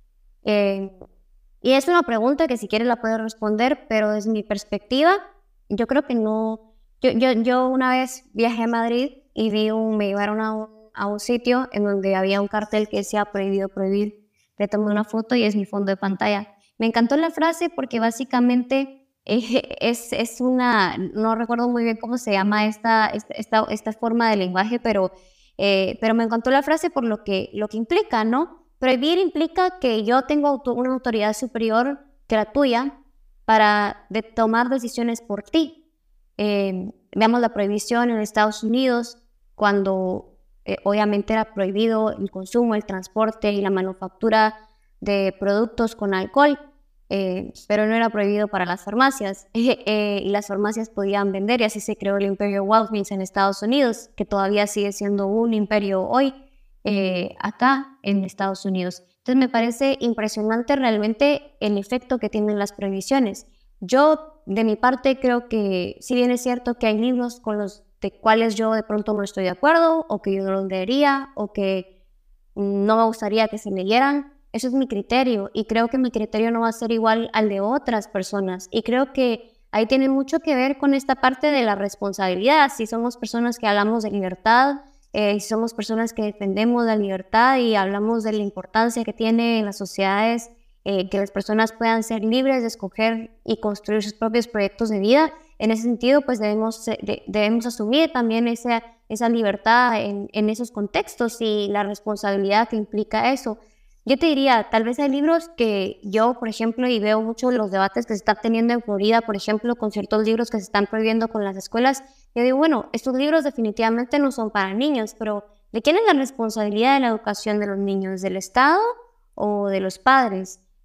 Eh, y es una pregunta que si quieres la puedo responder, pero desde mi perspectiva, yo creo que no. Yo, yo, yo una vez viajé a Madrid y vi un, me llevaron a un, a un sitio en donde había un cartel que decía prohibido prohibir. Le tomé una foto y es mi fondo de pantalla. Me encantó la frase porque básicamente eh, es, es una, no recuerdo muy bien cómo se llama esta, esta, esta forma de lenguaje, pero, eh, pero me encantó la frase por lo que, lo que implica, ¿no? Prohibir implica que yo tengo auto, una autoridad superior que la tuya para de tomar decisiones por ti. Eh, veamos la prohibición en Estados Unidos, cuando eh, obviamente era prohibido el consumo, el transporte y la manufactura de productos con alcohol, eh, pero no era prohibido para las farmacias. Eh, eh, y las farmacias podían vender, y así se creó el imperio Walgreens en Estados Unidos, que todavía sigue siendo un imperio hoy eh, acá en Estados Unidos. Entonces me parece impresionante realmente el efecto que tienen las prohibiciones. Yo, de mi parte, creo que si bien es cierto que hay libros con los de cuales yo de pronto no estoy de acuerdo, o que yo no los leería, o que no me gustaría que se leyeran, eso es mi criterio, y creo que mi criterio no va a ser igual al de otras personas, y creo que ahí tiene mucho que ver con esta parte de la responsabilidad. Si somos personas que hablamos de libertad, eh, si somos personas que defendemos la libertad y hablamos de la importancia que tiene en las sociedades eh, que las personas puedan ser libres de escoger y construir sus propios proyectos de vida, en ese sentido, pues debemos, de, debemos asumir también esa, esa libertad en, en esos contextos y la responsabilidad que implica eso. Yo te diría, tal vez hay libros que yo, por ejemplo, y veo mucho los debates que se están teniendo en Florida, por ejemplo, con ciertos libros que se están prohibiendo con las escuelas. Yo digo, bueno, estos libros definitivamente no son para niños, pero ¿de quién es la responsabilidad de la educación de los niños? ¿Del Estado o de los padres?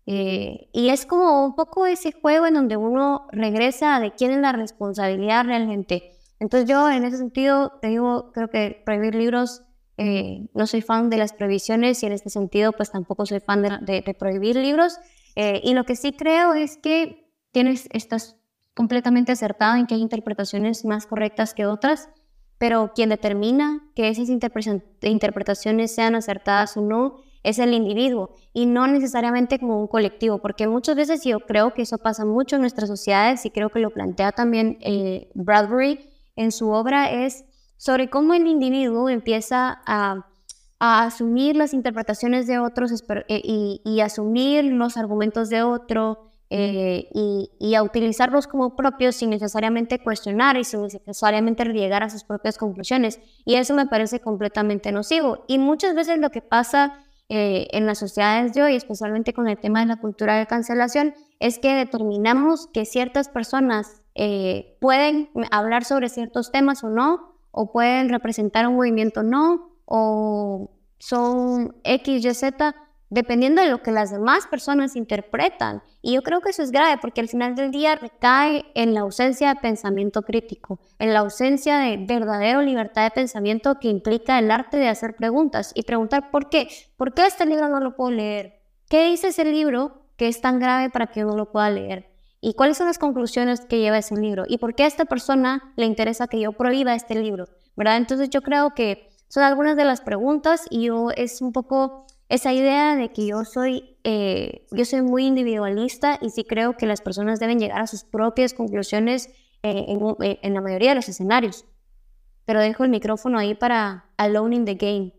Eh, y es como un poco ese juego en donde uno regresa a de quién es la responsabilidad realmente. Entonces yo en ese sentido te digo, creo que prohibir libros, eh, no soy fan de las prohibiciones y en este sentido pues tampoco soy fan de, de, de prohibir libros. Eh, y lo que sí creo es que tienes, estás completamente acertado en que hay interpretaciones más correctas que otras, pero quien determina que esas interpre- interpretaciones sean acertadas o no es el individuo y no necesariamente como un colectivo, porque muchas veces yo creo que eso pasa mucho en nuestras sociedades y creo que lo plantea también eh, Bradbury en su obra, es sobre cómo el individuo empieza a, a asumir las interpretaciones de otros eh, y, y asumir los argumentos de otro eh, y, y a utilizarlos como propios sin necesariamente cuestionar y sin necesariamente llegar a sus propias conclusiones. Y eso me parece completamente nocivo. Y muchas veces lo que pasa eh, en las sociedades de hoy, especialmente con el tema de la cultura de cancelación, es que determinamos que ciertas personas eh, pueden hablar sobre ciertos temas o no, o pueden representar un movimiento o no, o son X, Y, Z, dependiendo de lo que las demás personas interpretan. Y yo creo que eso es grave porque al final del día recae en la ausencia de pensamiento crítico, en la ausencia de verdadera libertad de pensamiento que implica el arte de hacer preguntas y preguntar ¿por qué? ¿Por qué este libro no lo puedo leer? ¿Qué dice ese libro que es tan grave para que yo no lo pueda leer? ¿Y cuáles son las conclusiones que lleva ese libro? ¿Y por qué a esta persona le interesa que yo prohíba este libro? ¿Verdad? Entonces yo creo que son algunas de las preguntas y yo es un poco esa idea de que yo soy, eh, yo soy muy individualista y sí creo que las personas deben llegar a sus propias conclusiones eh, en, en la mayoría de los escenarios. Pero dejo el micrófono ahí para Alone in the Game.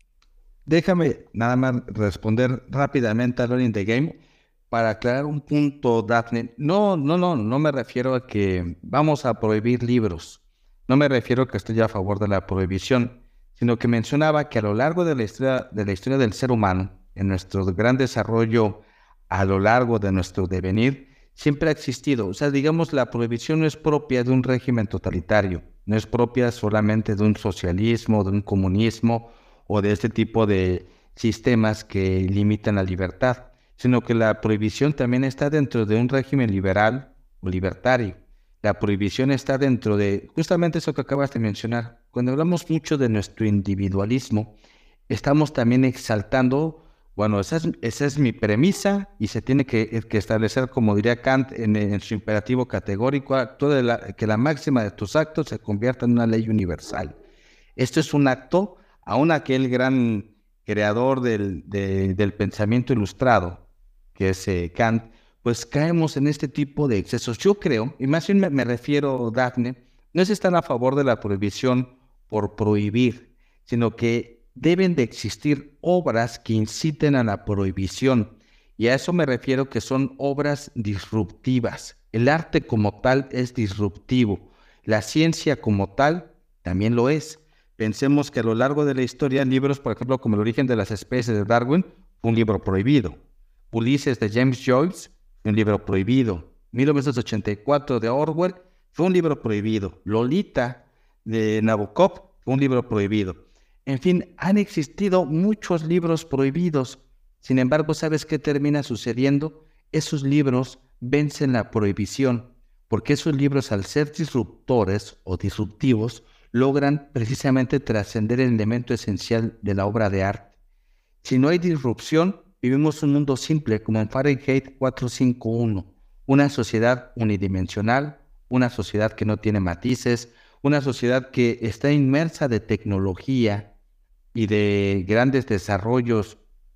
Déjame nada más responder rápidamente a Alone in the Game para aclarar un punto, Daphne. No, no, no, no me refiero a que vamos a prohibir libros. No me refiero a que estoy a favor de la prohibición, sino que mencionaba que a lo largo de la historia, de la historia del ser humano, en nuestro gran desarrollo, a lo largo de nuestro devenir, siempre ha existido. O sea, digamos, la prohibición no es propia de un régimen totalitario, no es propia solamente de un socialismo, de un comunismo o de este tipo de sistemas que limitan la libertad, sino que la prohibición también está dentro de un régimen liberal o libertario. La prohibición está dentro de justamente eso que acabas de mencionar. Cuando hablamos mucho de nuestro individualismo, estamos también exaltando, bueno, esa es, esa es mi premisa y se tiene que, que establecer, como diría Kant, en, en su imperativo categórico, actúa de la, que la máxima de tus actos se convierta en una ley universal. Esto es un acto, aún aquel gran creador del, de, del pensamiento ilustrado, que es eh, Kant, pues caemos en este tipo de excesos. Yo creo, y más bien me, me refiero, Daphne, no es estar a favor de la prohibición por prohibir, sino que deben de existir obras que inciten a la prohibición. Y a eso me refiero que son obras disruptivas. El arte como tal es disruptivo. La ciencia como tal también lo es. Pensemos que a lo largo de la historia, libros, por ejemplo, como El origen de las especies de Darwin, fue un libro prohibido. Ulises de James Joyce, un libro prohibido. mil novecientos ochenta y cuatro de Orwell, fue un libro prohibido. Lolita de Nabokov, fue un libro prohibido. En fin, han existido muchos libros prohibidos. Sin embargo, ¿sabes qué termina sucediendo? Esos libros vencen la prohibición, porque esos libros, al ser disruptores o disruptivos, logran precisamente trascender el elemento esencial de la obra de arte. Si no hay disrupción, vivimos un mundo simple, como en Fahrenheit cuatrocientos cincuenta y uno, una sociedad unidimensional, una sociedad que no tiene matices, una sociedad que está inmersa de tecnología y de grandes desarrollos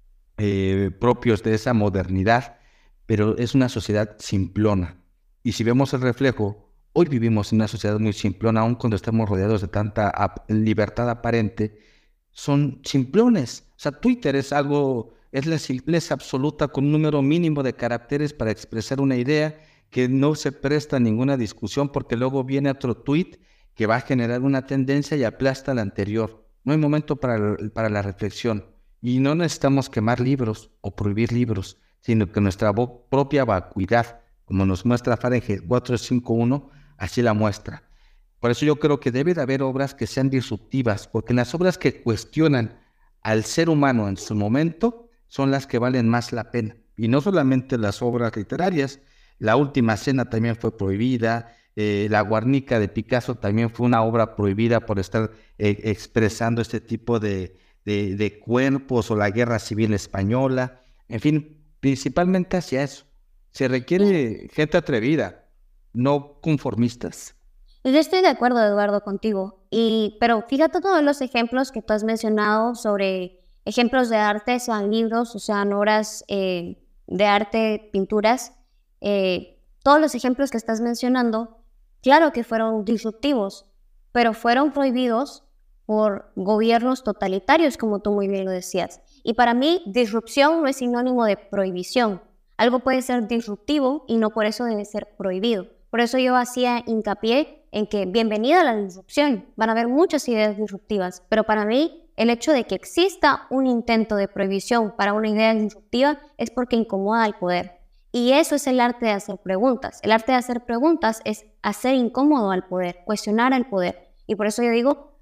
eh, propios de esa modernidad, pero es una sociedad simplona. Y si vemos el reflejo, hoy vivimos en una sociedad muy simplona, aun cuando estamos rodeados de tanta ap- libertad aparente, son simplones. O sea, Twitter es algo, es la simpleza absoluta con un número mínimo de caracteres para expresar una idea que no se presta a ninguna discusión porque luego viene otro tweet que va a generar una tendencia y aplasta la anterior. No hay momento para, para la reflexión. Y no necesitamos quemar libros o prohibir libros, sino que nuestra vo- propia vacuidad, como nos muestra Fahrenheit cuatrocientos cincuenta y uno, así la muestra. Por eso yo creo que debe de haber obras que sean disruptivas, porque las obras que cuestionan al ser humano en su momento son las que valen más la pena. Y no solamente las obras literarias, La Última Cena también fue prohibida, eh, La Guernica de Picasso también fue una obra prohibida por estar eh, expresando este tipo de, de, de cuerpos, o la Guerra Civil Española, en fin, principalmente hacia eso. Se requiere gente atrevida, no conformistas. Yo estoy de acuerdo, Eduardo, contigo. Y, pero fíjate todos los ejemplos que tú has mencionado sobre ejemplos de arte, sean libros, o sean obras eh, de arte, pinturas. Eh, todos los ejemplos que estás mencionando, claro que fueron disruptivos, pero fueron prohibidos por gobiernos totalitarios, como tú muy bien lo decías. Y para mí, disrupción no es sinónimo de prohibición. Algo puede ser disruptivo y no por eso debe ser prohibido. Por eso yo hacía hincapié en que bienvenida a la disrupción. Van a haber muchas ideas disruptivas, pero para mí el hecho de que exista un intento de prohibición para una idea disruptiva es porque incomoda al poder. Y eso es el arte de hacer preguntas. El arte de hacer preguntas es hacer incómodo al poder, cuestionar al poder. Y por eso yo digo,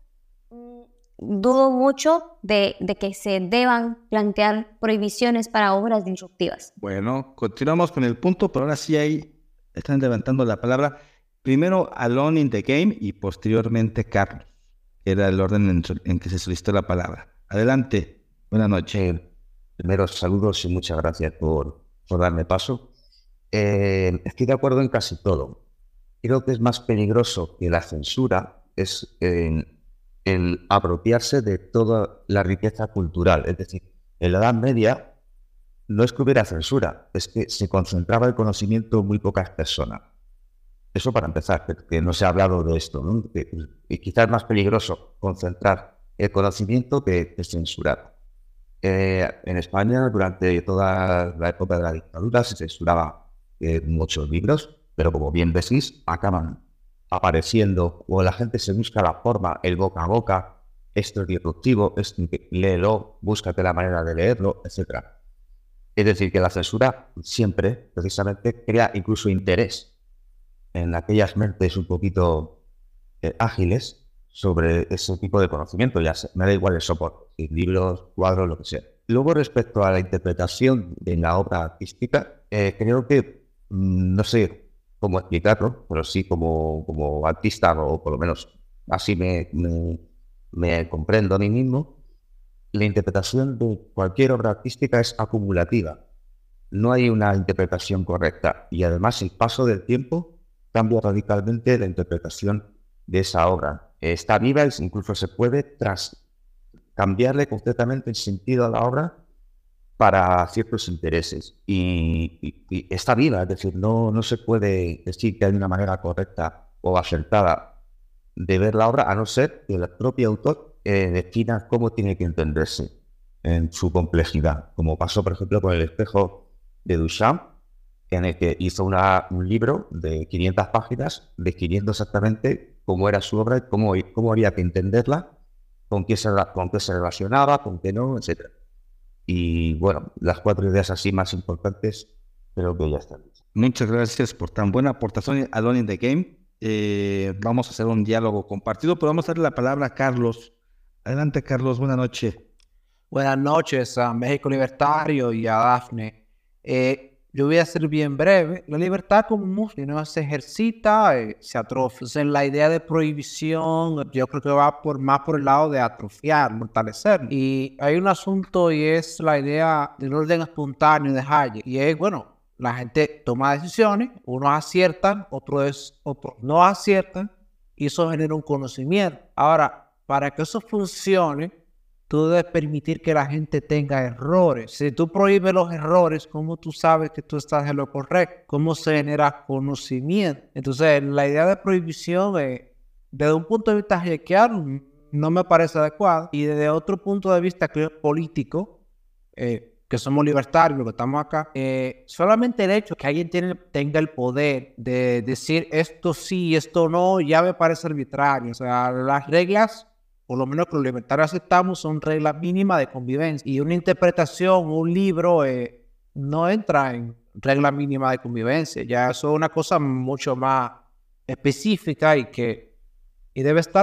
dudo mucho de, de que se deban plantear prohibiciones para obras disruptivas. Bueno, continuamos con el punto, pero ahora sí ahí están levantando la palabra. Primero Alone in the Game y posteriormente Carlos. Era el orden en, en que se solicitó la palabra. Adelante, buenas noches. Eh, primero, saludos y muchas gracias por, por darme paso. Eh, estoy de acuerdo en casi todo. Creo que es más peligroso que la censura es eh, el apropiarse de toda la riqueza cultural. Es decir, en la Edad Media no es que hubiera censura, es que se concentraba el conocimiento en muy pocas personas. Eso para empezar, que, que no se ha hablado de esto, ¿no? Que, y quizás es más peligroso concentrar el conocimiento que, que censurar. Eh, en España, durante toda la época de la dictadura, se censuraba eh, muchos libros, pero como bien decís, acaban apareciendo, o la gente se busca la forma, el boca a boca, esto es disruptivo, esto, léelo, búscate la manera de leerlo, etcétera. Es decir, que la censura siempre, precisamente, crea incluso interés en aquellas mentes un poquito eh, ágiles sobre ese tipo de conocimiento. Ya sé, me da igual el soporte, libros, cuadros, lo que sea. Luego, respecto a la interpretación de la obra artística, eh, creo que, mmm, no sé cómo explicarlo, pero sí como, como artista, o por lo menos así me, me, me comprendo a mí mismo, la interpretación de cualquier obra artística es acumulativa. No hay una interpretación correcta. Y además el paso del tiempo cambia radicalmente la interpretación de esa obra. Está viva, incluso se puede tras cambiarle completamente el sentido a la obra para ciertos intereses. Y, y, y está viva, es decir, no, no se puede decir que hay una manera correcta o acertada de ver la obra, a no ser que el propio autor eh, defina cómo tiene que entenderse en su complejidad, como pasó, por ejemplo, con El espejo de Duchamp, en el que hizo una, un libro de quinientas páginas describiendo exactamente cómo era su obra y cómo, cómo había que entenderla, con qué, se, con qué se relacionaba, con qué no, etcétera. Y bueno, las cuatro ideas así más importantes creo que ya están. Muchas gracias por tan buena aportación, Alone in the Game. Eh, vamos a hacer un diálogo compartido, pero vamos a darle la palabra a Carlos. Adelante, Carlos, buenas noches. Buenas noches a México Libertario y a Dafne. Eh, yo voy a ser bien breve. La libertad como músculo no se ejercita, eh, se atrofia. Entonces, la idea de prohibición, yo creo que va por, más por el lado de atrofiar, fortalecer. Y hay un asunto y es la idea del orden espontáneo de Hayek. Y es, bueno, la gente toma decisiones, unos aciertan, otros, otros no aciertan, y eso genera un conocimiento. Ahora, para que eso funcione, tú debes permitir que la gente tenga errores. Si tú prohíbes los errores, ¿cómo tú sabes que tú estás en lo correcto? ¿Cómo se genera conocimiento? Entonces, la idea de prohibición, eh, desde un punto de vista hayekiano, no me parece adecuada. Y desde otro punto de vista, creo político, eh, que somos libertarios, que estamos acá, eh, solamente el hecho de que alguien tiene, tenga el poder de decir esto sí, esto no, ya me parece arbitrario. O sea, las reglas, por lo menos que los libertarios aceptamos, son reglas mínimas de convivencia. Y una interpretación, un libro, eh, no entra en regla mínima de convivencia. Ya eso es una cosa mucho más específica y que y debe estar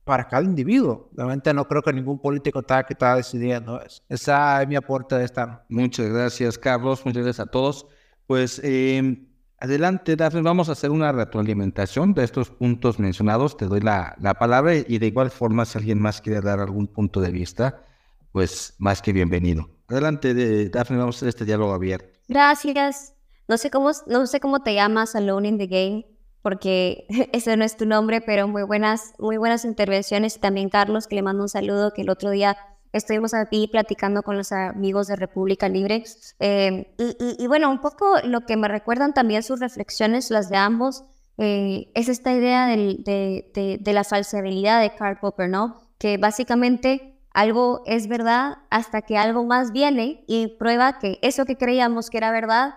para cada individuo. Realmente no creo que ningún político está, que está decidiendo eso. Esa es mi aporte de esta. Muchas gracias, Carlos. Muchas gracias a todos. Pues eh, adelante, Dafne, vamos a hacer una retroalimentación de estos puntos mencionados. Te doy la, la palabra y de igual forma, si alguien más quiere dar algún punto de vista, pues más que bienvenido. Adelante, de, Dafne, vamos a hacer este diálogo abierto. Gracias. No sé cómo, no sé cómo te llamas, Alone in the Game, porque ese no es tu nombre, pero muy buenas, muy buenas intervenciones. Y también Carlos, que le mando un saludo, que el otro día estuvimos aquí platicando con los amigos de República Libre. Eh, y, y, y bueno, un poco lo que me recuerdan también sus reflexiones, las de ambos, eh, es esta idea del, de, de, de la falsabilidad de Karl Popper, ¿no? Que básicamente algo es verdad hasta que algo más viene y prueba que eso que creíamos que era verdad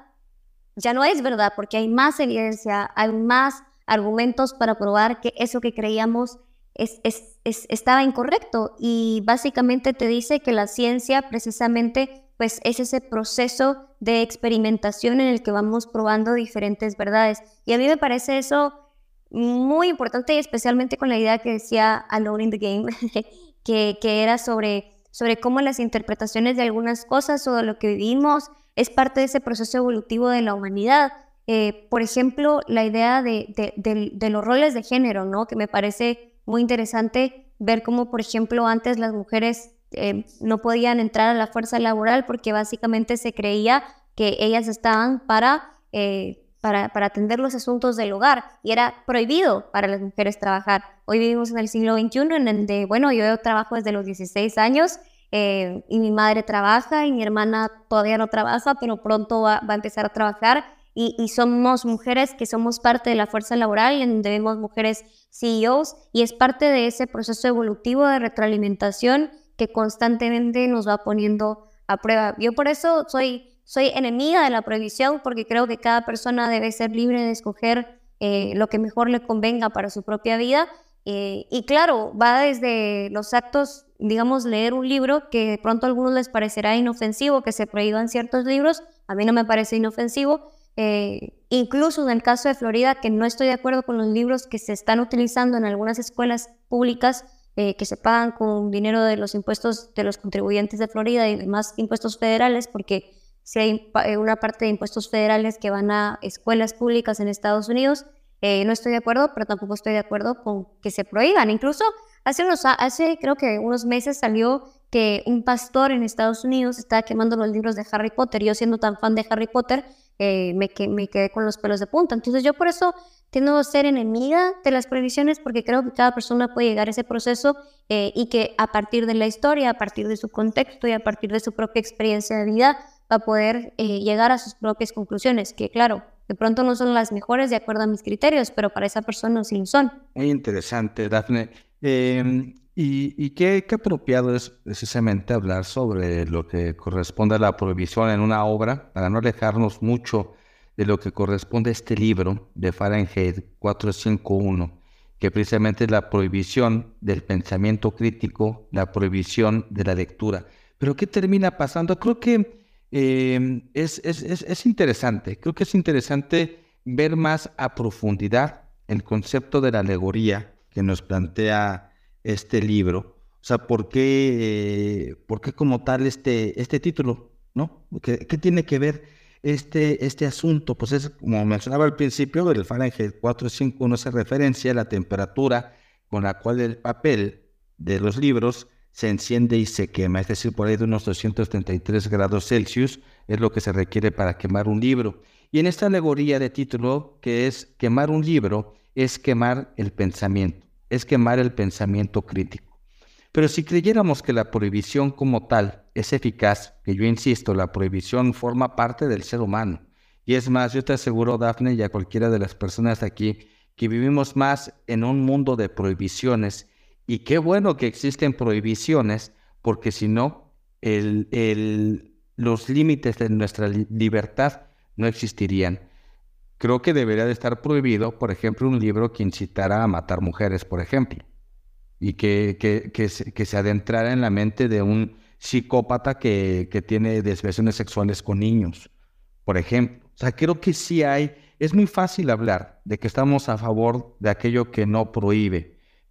ya no es verdad, porque hay más evidencia, hay más argumentos para probar que eso que creíamos es, es, es, estaba incorrecto. Y básicamente te dice que la ciencia precisamente pues, es ese proceso de experimentación en el que vamos probando diferentes verdades. Y a mí me parece eso muy importante, y especialmente con la idea que decía Alone in the Game, que, que era sobre, sobre cómo las interpretaciones de algunas cosas o de lo que vivimos es parte de ese proceso evolutivo de la humanidad. Eh, por ejemplo, la idea de, de, de, de los roles de género, ¿no? Que me parece muy interesante ver cómo, por ejemplo, antes las mujeres eh, no podían entrar a la fuerza laboral porque básicamente se creía que ellas estaban para, eh, para, para atender los asuntos del hogar y era prohibido para las mujeres trabajar. Hoy vivimos en el siglo veintiuno en donde, bueno, yo trabajo desde los dieciséis años eh, y mi madre trabaja y mi hermana todavía no trabaja, pero pronto va, va a empezar a trabajar. Y, y somos mujeres que somos parte de la fuerza laboral, en donde vemos mujeres C E Os, y es parte de ese proceso evolutivo de retroalimentación que constantemente nos va poniendo a prueba. Yo por eso soy, soy enemiga de la prohibición, porque creo que cada persona debe ser libre de escoger eh, lo que mejor le convenga para su propia vida. Eh, y claro, va desde los actos, digamos, leer un libro que de pronto a algunos les parecerá inofensivo, que se prohíban ciertos libros. A mí no me parece inofensivo. Eh, incluso en el caso de Florida, que no estoy de acuerdo con los libros que se están utilizando en algunas escuelas públicas eh, que se pagan con dinero de los impuestos de los contribuyentes de Florida y demás impuestos federales, porque si hay una parte de impuestos federales que van a escuelas públicas en Estados Unidos, eh, no estoy de acuerdo, pero tampoco estoy de acuerdo con que se prohíban. Incluso hace, unos, hace creo que unos meses salió que un pastor en Estados Unidos estaba quemando los libros de Harry Potter. Yo, siendo tan fan de Harry Potter, eh, me, que, me quedé con los pelos de punta. Entonces yo por eso tiendo a ser enemiga de las prohibiciones, porque creo que cada persona puede llegar a ese proceso eh, y que a partir de la historia, a partir de su contexto y a partir de su propia experiencia de vida va a poder eh, llegar a sus propias conclusiones, que claro, de pronto no son las mejores de acuerdo a mis criterios, pero para esa persona sí lo son. Muy interesante, Dafne. Eh, y y qué, qué apropiado es precisamente hablar sobre lo que corresponde a la prohibición en una obra, para no alejarnos mucho de lo que corresponde a este libro de Fahrenheit cuatrocientos cincuenta y uno, que precisamente es la prohibición del pensamiento crítico, la prohibición de la lectura. Pero ¿qué termina pasando? Creo que eh, es, es, es, es interesante, creo que es interesante ver más a profundidad el concepto de la alegoría que nos plantea este libro. O sea, ¿por qué, eh, por qué como tal este, este título, ¿no? ¿Qué, qué tiene que ver este, este asunto? Pues es, como mencionaba al principio, el Fahrenheit cuatrocientos cincuenta y uno hace referencia a la temperatura con la cual el papel de los libros se enciende y se quema, es decir, por ahí de unos doscientos treinta y tres grados Celsius es lo que se requiere para quemar un libro. Y en esta alegoría de título, que es quemar un libro, es quemar el pensamiento, es quemar el pensamiento crítico. Pero si creyéramos que la prohibición como tal es eficaz, que yo insisto, la prohibición forma parte del ser humano. Y es más, yo te aseguro, Dafne, y a cualquiera de las personas de aquí, que vivimos más en un mundo de prohibiciones. Y qué bueno que existen prohibiciones, porque si no, el, el, los límites de nuestra li- libertad no existirían. Creo que debería de estar prohibido, por ejemplo, un libro que incitara a matar mujeres, por ejemplo, y que, que, que, se, que se adentrara en la mente de un psicópata que, que tiene desviaciones sexuales con niños, por ejemplo. O sea, creo que sí hay, es muy fácil hablar de que estamos a favor de aquello que no prohíbe,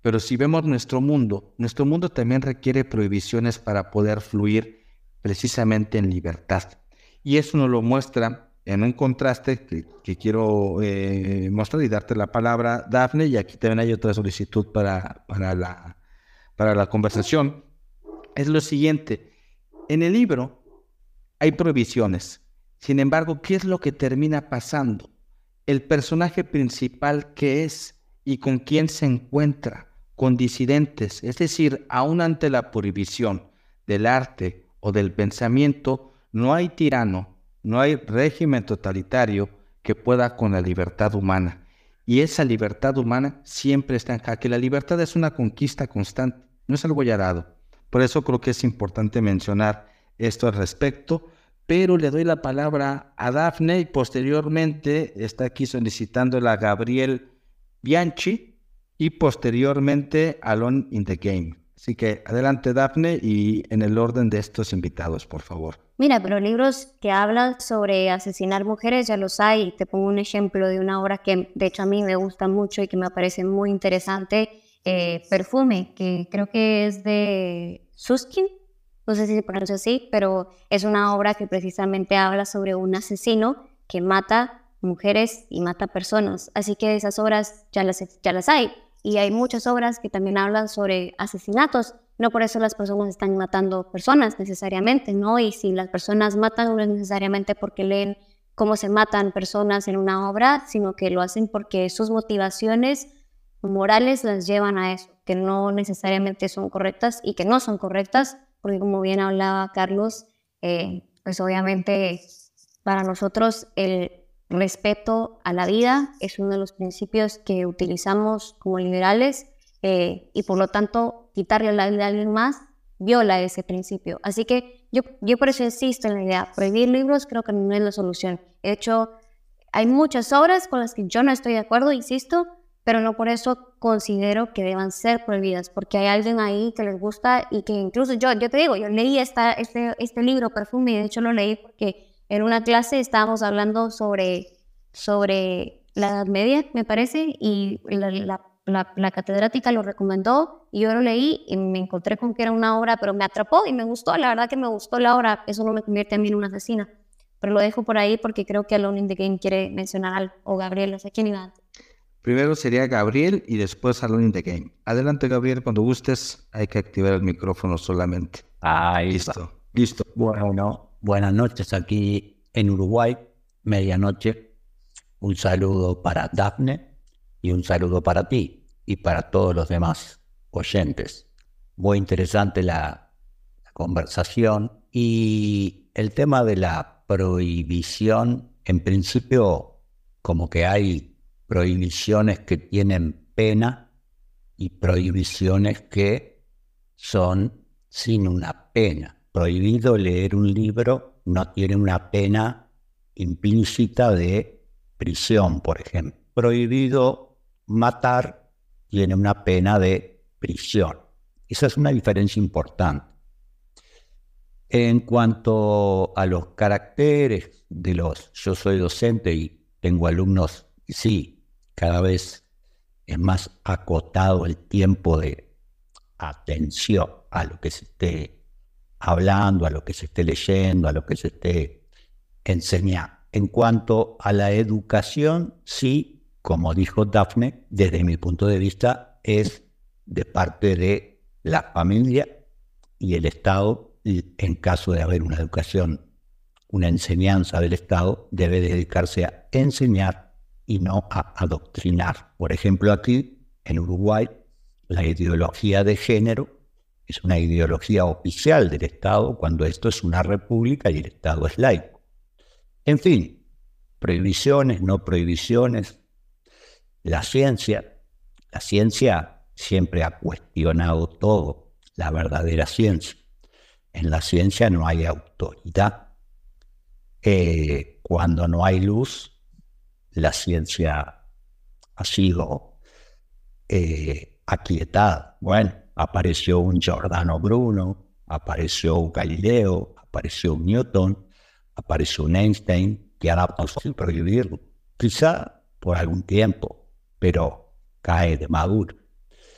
Pero si vemos nuestro mundo, nuestro mundo también requiere prohibiciones para poder fluir precisamente en libertad. Y eso nos lo muestra en un contraste que, que quiero eh, mostrar y darte la palabra, Dafne, y aquí también hay otra solicitud para, para, la, para la conversación. Es lo siguiente, en el libro hay prohibiciones. Sin embargo, ¿qué es lo que termina pasando? El personaje principal, ¿qué es y con quién se encuentra? Con disidentes, es decir, aún ante la prohibición del arte o del pensamiento, no hay tirano, no hay régimen totalitario que pueda con la libertad humana. Y esa libertad humana siempre está en jaque. La libertad es una conquista constante, no es algo ya dado. Por eso creo que es importante mencionar esto al respecto, pero le doy la palabra a Dafne y posteriormente está aquí solicitándola a Gabriel Bianchi y posteriormente Alone in the Game. Así que adelante, Dafne, y en el orden de estos invitados, por favor. Mira, pero libros que hablan sobre asesinar mujeres ya los hay. Te pongo un ejemplo de una obra que de hecho a mí me gusta mucho y que me parece muy interesante, eh, Perfume, que creo que es de Susskind, no sé si se pronuncia así, pero es una obra que precisamente habla sobre un asesino que mata mujeres y mata personas. Así que esas obras ya las, ya las hay. Y hay muchas obras que también hablan sobre asesinatos. No por eso las personas están matando personas necesariamente, ¿no? Y si las personas matan, no es necesariamente porque leen cómo se matan personas en una obra, sino que lo hacen porque sus motivaciones morales las llevan a eso, que no necesariamente son correctas y que no son correctas, porque como bien hablaba Carlos, eh, pues obviamente para nosotros el respeto a la vida es uno de los principios que utilizamos como liberales, eh, y por lo tanto quitarle la vida a alguien más viola ese principio. Así que yo, yo por eso insisto en la idea, prohibir libros creo que no es la solución. De hecho, hay muchas obras con las que yo no estoy de acuerdo, insisto, pero no por eso considero que deban ser prohibidas, porque hay alguien ahí que les gusta y que incluso yo, yo te digo, yo leí esta, este, este libro, Perfume, y de hecho lo leí porque en una clase estábamos hablando sobre, sobre la Edad Media, me parece, y la, la, la, la catedrática lo recomendó y yo lo leí y me encontré con que era una obra, pero me atrapó y me gustó, la verdad que me gustó la obra. Eso no me convierte a mí en una asesina, pero lo dejo por ahí porque creo que Alone in the Game quiere mencionar algo, o Gabriel, no sé quién iba antes. Primero sería Gabriel y después Alone in the Game. Adelante, Gabriel, cuando gustes hay que activar el micrófono solamente. Ahí Listo, está. listo. Bueno, buenas noches aquí en Uruguay, medianoche. Un saludo para Dafne y un saludo para ti y para todos los demás oyentes. Muy interesante la, la conversación y el tema de la prohibición. En principio, como que hay prohibiciones que tienen pena y prohibiciones que son sin una pena. Prohibido leer un libro no tiene una pena implícita de prisión, por ejemplo. Prohibido matar tiene una pena de prisión. Esa es una diferencia importante. En cuanto a los caracteres de los... Yo soy docente y tengo alumnos, y sí, cada vez es más acotado el tiempo de atención a lo que se esté hablando, a lo que se esté leyendo, a lo que se esté enseñando. En cuanto a la educación, sí, como dijo Dafne, desde mi punto de vista, es de parte de la familia y el Estado. Y en caso de haber una educación, una enseñanza del Estado, debe dedicarse a enseñar y no a adoctrinar. Por ejemplo, aquí en Uruguay, la ideología de género es una ideología oficial del Estado cuando esto es una república y el Estado es laico. En fin, prohibiciones, no prohibiciones. La ciencia, la ciencia siempre ha cuestionado todo, la verdadera ciencia. En la ciencia no hay autoridad. Eh, cuando no hay luz, la ciencia ha sido eh, aquietada. Bueno, apareció un Giordano Bruno, apareció un Galileo, apareció un Newton, apareció un Einstein, que ahora sin prohibirlo. Quizá por algún tiempo, pero cae de maduro.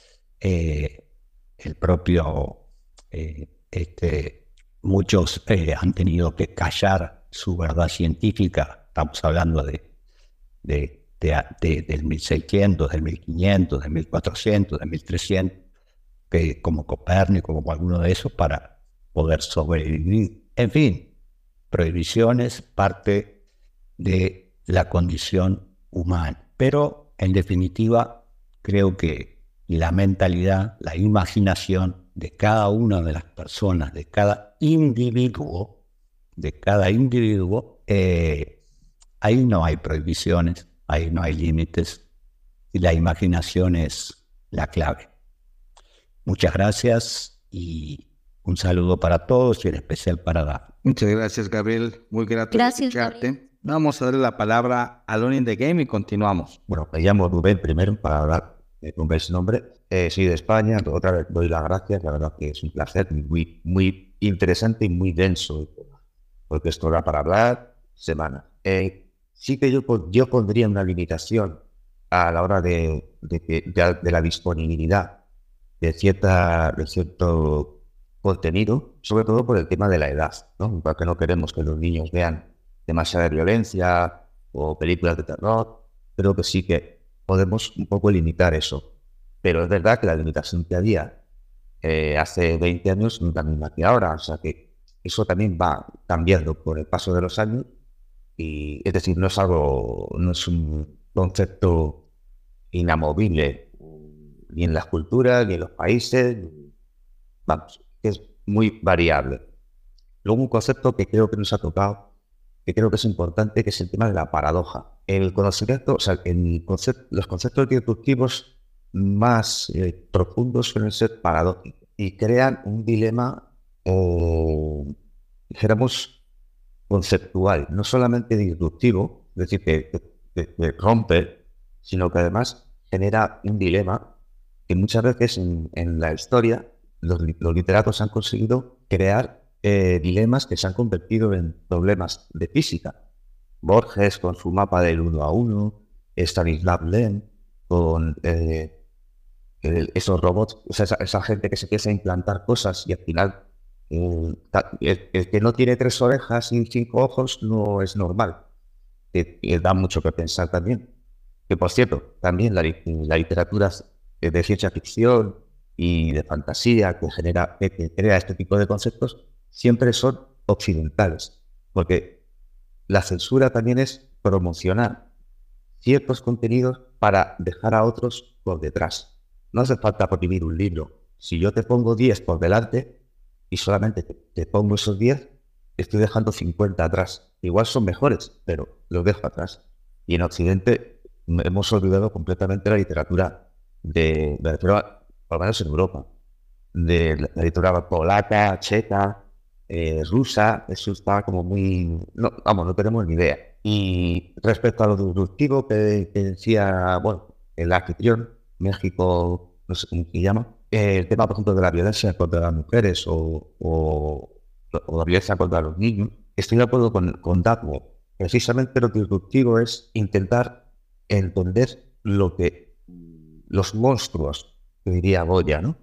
eh, el propio, eh, este, muchos eh, han tenido que callar su verdad científica. Estamos hablando de, de, de, de del mil seiscientos, del mil quinientos, del mil cuatrocientos, del mil trescientos, que, como Copérnico, como alguno de esos, para poder sobrevivir. En fin, prohibiciones, parte de la condición humana. Pero, en definitiva, creo que la mentalidad, la imaginación de cada una de las personas, de cada individuo, de cada individuo, eh, ahí no hay prohibiciones, ahí no hay límites, y la imaginación es la clave. Muchas gracias y un saludo para todos y en especial para Dafne. Muchas gracias, Gabriel. Muy grato Gracias, escucharte. Gabriel. Vamos a darle la palabra a Alone in the Game y continuamos. Bueno, me llamo Rubén primero para hablar de Rubén su nombre. Eh, soy de España, otra vez doy las gracias, la verdad que es un placer, muy, muy interesante y muy denso, porque esto da para hablar semanas. Eh, sí que yo, yo pondría una limitación a la hora de, de, de, de la disponibilidad de, cierta, de cierto contenido, sobre todo por el tema de la edad, ¿no? Porque no queremos que los niños vean demasiada violencia o películas de terror. Creo que sí que podemos un poco limitar eso. Pero es verdad que la limitación que había eh, hace veinte años no es la misma que ahora. O sea que eso también va cambiando por el paso de los años. Y es decir, no es algo, no es un concepto inamovible ni en las culturas, ni en los países. Vamos, es muy variable. Luego un concepto que creo que nos ha tocado, que creo que es importante, que es el tema de la paradoja. El conocimiento, o sea, el concepto, los conceptos disruptivos más eh, profundos suelen ser paradójicos y crean un dilema, eh, dijéramos, conceptual, no solamente disruptivo, es decir, que, que, que rompe, sino que además genera un dilema que muchas veces en, en la historia los, los literatos han conseguido crear eh, dilemas que se han convertido en problemas de física. Borges con su mapa del uno a uno, Stanislav Lem con eh, el, esos robots, o sea, esa, esa gente que se empieza a implantar cosas y al final eh, el, el que no tiene tres orejas y cinco ojos no es normal. Y, y da mucho que pensar también. Que por cierto, también la, la literatura de ciencia ficción y de fantasía que genera, que, que crea este tipo de conceptos siempre son occidentales, porque la censura también es promocionar ciertos contenidos para dejar a otros por detrás. No hace falta prohibir un libro. Si yo te pongo diez por delante y solamente te, te pongo esos diez, estoy dejando cincuenta atrás. Igual son mejores, pero los dejo atrás. Y en Occidente hemos olvidado completamente la literatura de, de la literatura, por lo menos en Europa, de la, la literatura polaca, checa, eh, rusa. Eso está como muy... No, vamos, no tenemos ni idea. Y respecto a lo disruptivo que, que decía, bueno, el anfitrión, México, no sé cómo se llama, eh, el tema, por ejemplo, de la violencia contra las mujeres o, o, o la violencia contra los niños, estoy de acuerdo con, con Dafne. Precisamente lo disruptivo es intentar entender lo que los monstruos, que diría Goya, ¿no?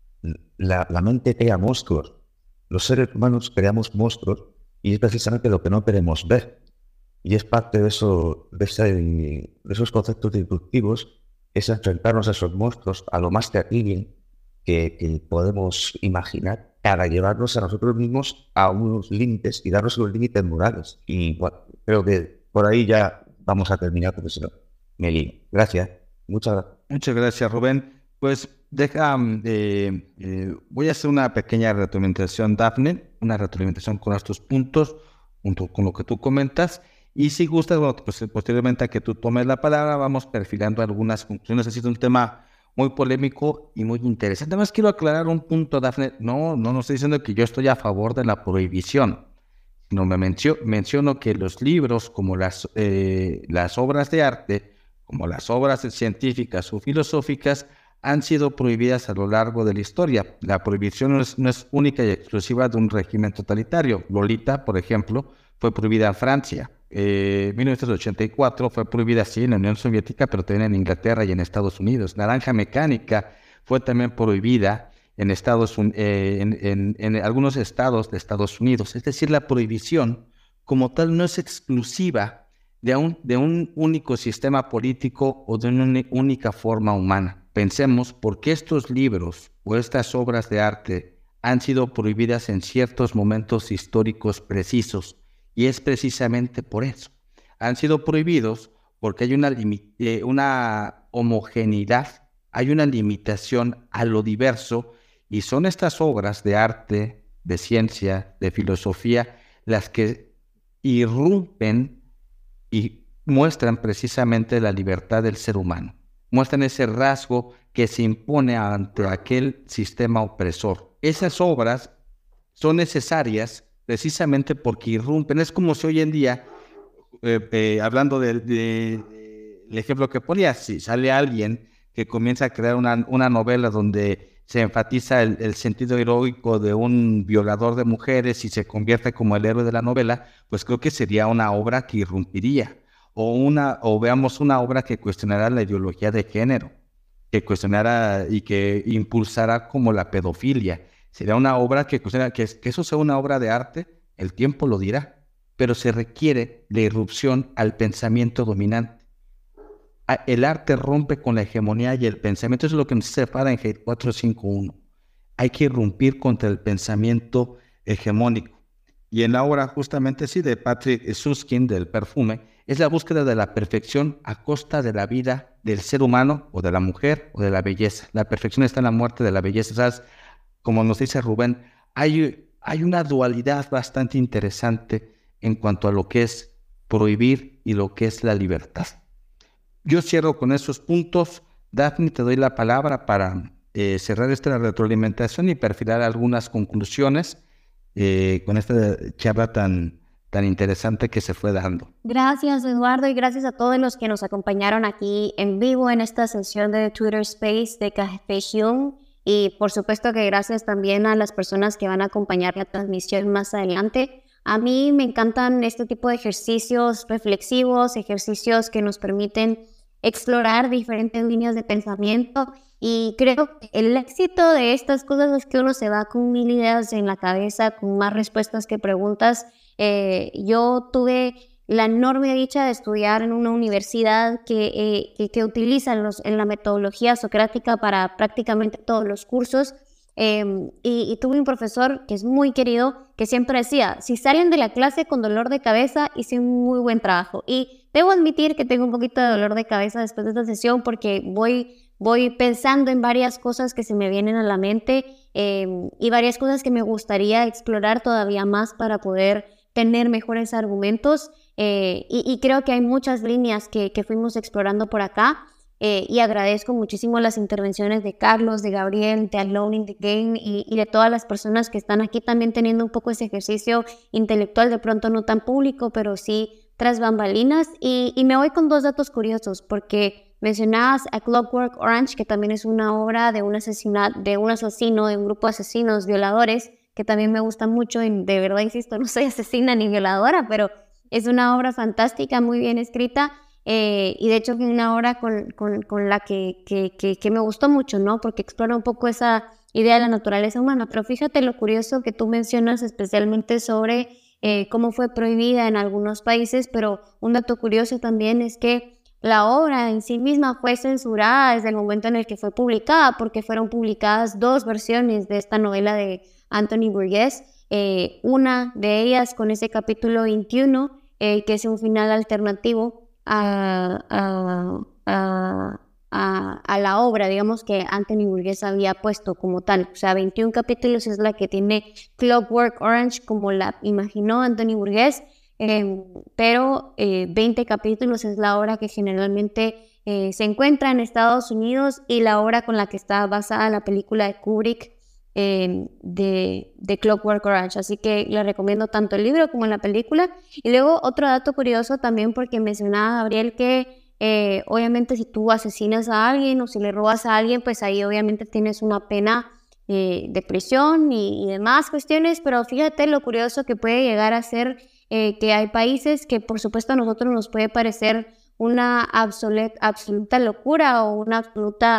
La, la mente crea monstruos. Los seres humanos creamos monstruos y es precisamente lo que no queremos ver. Y es parte de, eso, de, ese, de esos conceptos disruptivos, es enfrentarnos a esos monstruos, a lo más terrible que, que podemos imaginar, para llevarnos a nosotros mismos a unos límites y darnos unos límites morales. Y bueno, creo que por ahí ya vamos a terminar, porque si no, me lío. Gracias. Muchas gracias. Muchas gracias, Rubén. Pues deja, eh, eh, voy a hacer una pequeña retroalimentación, Dafne, una retroalimentación con estos puntos, junto con lo que tú comentas. Y si gustas, bueno, pues posteriormente a que tú tomes la palabra, vamos perfilando algunas conclusiones. Ha sido un tema muy polémico y muy interesante. Además, quiero aclarar un punto, Dafne. No, no, no estoy diciendo que yo estoy a favor de la prohibición. No me mencio, menciono que los libros, como las, eh, las obras de arte, como las obras científicas o filosóficas, han sido prohibidas a lo largo de la historia. La prohibición no es, no es única y exclusiva de un régimen totalitario. Lolita, por ejemplo, fue prohibida en Francia. En eh, mil novecientos ochenta y cuatro fue prohibida, sí, en la Unión Soviética, pero también en Inglaterra y en Estados Unidos. Naranja Mecánica fue también prohibida en, Estados, eh, en, en, en algunos estados de Estados Unidos. Es decir, la prohibición como tal no es exclusiva de un, de un único sistema político o de una única forma humana. Pensemos por qué estos libros o estas obras de arte han sido prohibidas en ciertos momentos históricos precisos, y es precisamente por eso. Han sido prohibidos porque hay una, eh, una homogeneidad, hay una limitación a lo diverso, y son estas obras de arte, de ciencia, de filosofía, las que irrumpen y muestran precisamente la libertad del ser humano. Muestran ese rasgo que se impone ante aquel sistema opresor. Esas obras son necesarias precisamente porque irrumpen. Es como si hoy en día, eh, eh, hablando del de, de, ejemplo que ponía, si sale alguien que comienza a crear una, una novela donde se enfatiza el, el sentido heroico de un violador de mujeres y se convierte como el héroe de la novela, pues creo que sería una obra que irrumpiría. O, una, o veamos una obra que cuestionará la ideología de género, que cuestionará y que impulsará como la pedofilia. Sería una obra que cuestiona, que, que eso sea una obra de arte, el tiempo lo dirá, pero se requiere de irrupción al pensamiento dominante. El arte rompe con la hegemonía y el pensamiento. Eso es lo que nos separa en Hate cuatro cinco uno. Hay que irrumpir contra el pensamiento hegemónico. Y en la obra justamente sí de Patrick Süskind, del perfume, es la búsqueda de la perfección a costa de la vida del ser humano o de la mujer o de la belleza. La perfección está en la muerte de la belleza. ¿Sabes? Como nos dice Rubén, hay, hay una dualidad bastante interesante en cuanto a lo que es prohibir y lo que es la libertad. Yo cierro con esos puntos. Dafne, te doy la palabra para eh, cerrar esta retroalimentación y perfilar algunas conclusiones eh, con esta charla tan, tan interesante que se fue dando. Gracias, Eduardo, y gracias a todos los que nos acompañaron aquí en vivo en esta sesión de Twitter Space de Café Hyung. Y por supuesto que gracias también a las personas que van a acompañar la transmisión más adelante. A mí me encantan este tipo de ejercicios reflexivos, ejercicios que nos permiten explorar diferentes líneas de pensamiento, y creo que el éxito de estas cosas es que uno se va con mil ideas en la cabeza, con más respuestas que preguntas. Eh, yo tuve la enorme dicha de estudiar en una universidad que, eh, que, que utiliza los, en la metodología socrática para prácticamente todos los cursos. Eh, y, y tuve un profesor que es muy querido, que siempre decía: si salen de la clase con dolor de cabeza, hice un muy buen trabajo. Y debo admitir que tengo un poquito de dolor de cabeza después de esta sesión, porque voy, voy pensando en varias cosas que se me vienen a la mente, eh, y varias cosas que me gustaría explorar todavía más para poder tener mejores argumentos, eh, y, y creo que hay muchas líneas que, que fuimos explorando por acá. Eh, y agradezco muchísimo las intervenciones de Carlos, de Gabriel, de Alone in the Game, y, y de todas las personas que están aquí también teniendo un poco ese ejercicio intelectual, de pronto no tan público, pero sí tras bambalinas. Y, y me voy con dos datos curiosos, porque mencionabas A Clockwork Orange, que también es una obra de un, asesina, de un asesino, de un grupo de asesinos violadores, que también me gusta mucho, y de verdad, insisto, no soy asesina ni violadora, pero es una obra fantástica, muy bien escrita. Eh, y de hecho es una obra con, con, con la que, que, que, que me gustó mucho, ¿no? Porque explora un poco esa idea de la naturaleza humana. Pero fíjate lo curioso que tú mencionas, especialmente sobre eh, cómo fue prohibida en algunos países, pero un dato curioso también es que la obra en sí misma fue censurada desde el momento en el que fue publicada, porque fueron publicadas dos versiones de esta novela de Anthony Burgess, eh, una de ellas con ese capítulo veintiuno, eh, que es un final alternativo A, a, a, a, a la obra, digamos, que Anthony Burgess había puesto como tal. O sea, veintiún capítulos es la que tiene Clockwork Orange como la imaginó Anthony Burgess, eh, pero eh, veinte capítulos es la obra que generalmente eh, se encuentra en Estados Unidos, y la obra con la que está basada la película de Kubrick, Eh, de, de Clockwork Orange. Así que le recomiendo tanto el libro como la película. Y luego otro dato curioso también, porque mencionaba Gabriel que eh, obviamente si tú asesinas a alguien o si le robas a alguien, pues ahí obviamente tienes una pena eh, de prisión y, y demás cuestiones, pero fíjate lo curioso que puede llegar a ser, eh, que hay países que por supuesto a nosotros nos puede parecer una absoluta, absoluta locura o una absoluta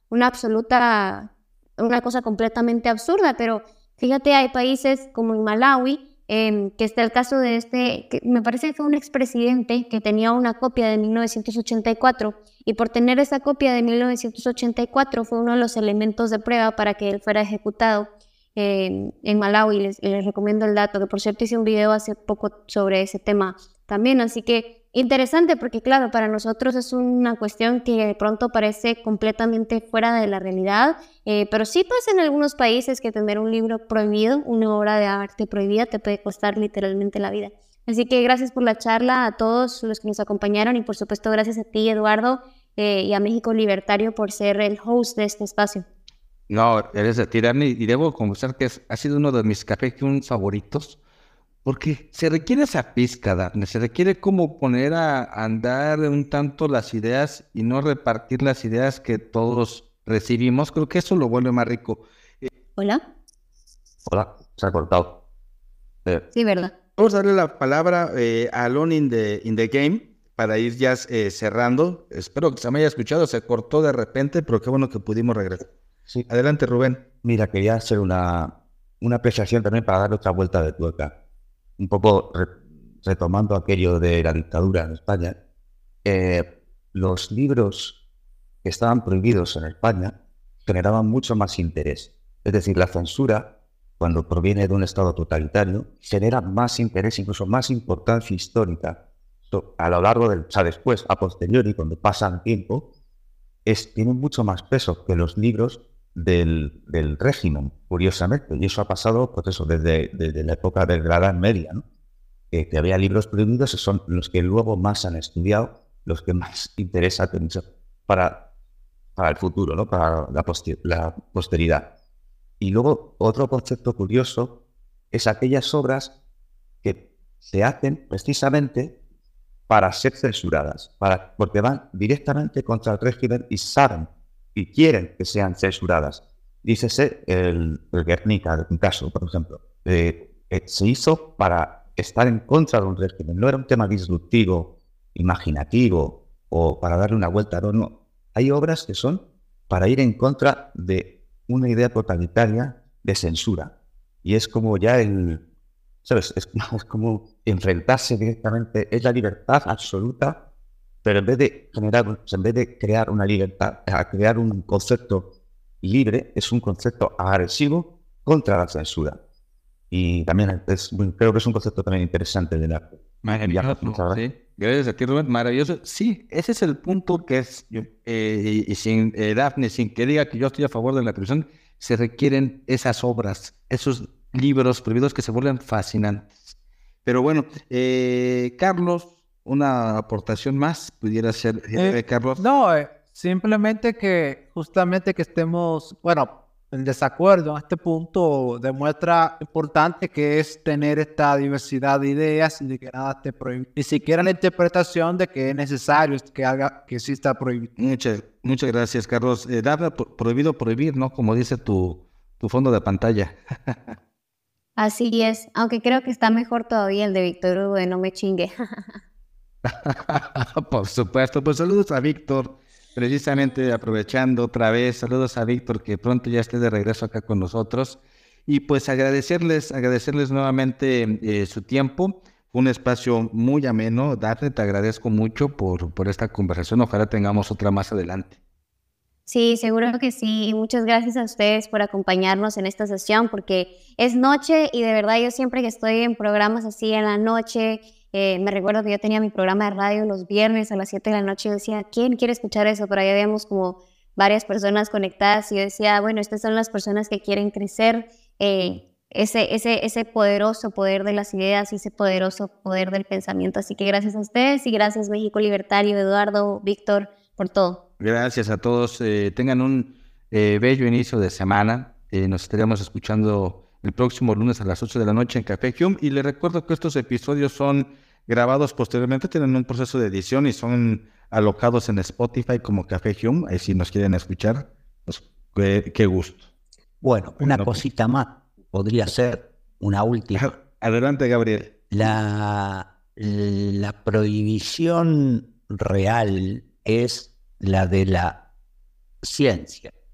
una absoluta, una cosa completamente absurda, pero fíjate, hay países como en Malawi, eh, que está el caso de este, que me parece que fue un expresidente que tenía una copia de mil novecientos ochenta y cuatro, y por tener esa copia de mil novecientos ochenta y cuatro fue uno de los elementos de prueba para que él fuera ejecutado eh, en Malawi. Les, les recomiendo el dato, que por cierto hice un video hace poco sobre ese tema también, así que interesante, porque claro, para nosotros es una cuestión que de pronto parece completamente fuera de la realidad, eh, pero sí pasa en algunos países que tener un libro prohibido, una obra de arte prohibida, te puede costar literalmente la vida. Así que gracias por la charla a todos los que nos acompañaron, y por supuesto gracias a ti, Eduardo, eh, y a México Libertario por ser el host de este espacio. No, eres de ti, Dani, y debo confesar que es, ha sido uno de mis Café Club favoritos, porque se requiere esa pizca, Dafne, se requiere como poner a andar un tanto las ideas y no repartir las ideas que todos recibimos. Creo que eso lo vuelve más rico. ¿Hola? Hola, se ha cortado. Eh, Sí, ¿verdad? Vamos a darle la palabra eh, a Alone in the, in the Game para ir ya eh, cerrando. Espero que se me haya escuchado, se cortó de repente, pero qué bueno que pudimos regresar. sí. Adelante, Rubén. Mira, quería hacer una, una apreciación también para dar otra vuelta de tuerca. Un poco re, retomando aquello de la dictadura en España. Eh, los libros que estaban prohibidos en España generaban mucho más interés. Es decir, la censura, cuando proviene de un Estado totalitario, genera más interés, incluso más importancia histórica. So, a lo largo del, o sea, después, a posteriori, cuando pasan tiempo, es, tienen mucho más peso que los libros del, del régimen, curiosamente. Y eso ha pasado, pues eso, desde, desde la época de la Edad Media, ¿no? Eh, que había libros prohibidos, que son los que luego más han estudiado, los que más interesa para, para el futuro, ¿no? Para la, poster, la posteridad. Y luego, otro concepto curioso es aquellas obras que se hacen precisamente para ser censuradas, para, porque van directamente contra el régimen y saben y quieren que sean censuradas. Dícese el, el Guernica, en un caso, por ejemplo, eh, eh, se hizo para estar en contra de un régimen. No era un tema disruptivo, imaginativo o para darle una vuelta. No, no. Hay obras que son para ir en contra de una idea totalitaria de censura. Y es como ya el... ¿Sabes? Es, es como enfrentarse directamente, es la libertad absoluta, pero en vez de generar, en vez de crear una libertad, a crear un concepto libre, es un concepto agresivo contra la censura. Y también es, creo que es un concepto también interesante del arte. Maravilloso, sí. Gracias a ti, Rubén. Maravilloso. Sí, ese es el punto que es, eh, y, y sin eh, Dafne, sin que diga que yo estoy a favor de la prohibición, se requieren esas obras, esos libros prohibidos que se vuelven fascinantes. Pero bueno, eh, Carlos, una aportación más pudiera ser, eh, Carlos. No, eh, simplemente que justamente que estemos, bueno, en desacuerdo en este punto demuestra importante que es tener esta diversidad de ideas y de que nada esté prohibido. Ni siquiera la interpretación de que es necesario que haga que exista prohibido. Muchas, muchas gracias, Carlos. Eh, Dafne, prohibido prohibir, ¿no? Como dice tu, tu fondo de pantalla. Así es, aunque creo que está mejor todavía el de Víctor Hugo de No me chingue. Por supuesto, pues saludos a Víctor, precisamente aprovechando otra vez, saludos a Víctor que pronto ya esté de regreso acá con nosotros y pues agradecerles, agradecerles nuevamente eh, su tiempo, un espacio muy ameno. Dafne, te agradezco mucho por, por esta conversación, ojalá tengamos otra más adelante. Sí, seguro que sí. Y muchas gracias a ustedes por acompañarnos en esta sesión, porque es noche y de verdad yo siempre que estoy en programas así en la noche, eh, me recuerdo que yo tenía mi programa de radio los viernes a las siete de la noche y yo decía, ¿quién quiere escuchar eso? Pero ahí habíamos como varias personas conectadas y yo decía, bueno, estas son las personas que quieren crecer, eh, ese, ese, ese poderoso poder de las ideas y ese poderoso poder del pensamiento. Así que gracias a ustedes y gracias México Libertario, Eduardo, Víctor, por todo. Gracias a todos. Eh, tengan un eh, bello inicio de semana. Eh, nos estaremos escuchando el próximo lunes a las ocho de la noche en Café Hume. Y les recuerdo que estos episodios son grabados posteriormente, tienen un proceso de edición y son alocados en Spotify como Café Hume. Ahí si nos quieren escuchar, pues qué, qué gusto. Bueno, una Bueno, cosita más. Podría ser una última. Adelante, Gabriel. La, la prohibición real es la de la ciencia,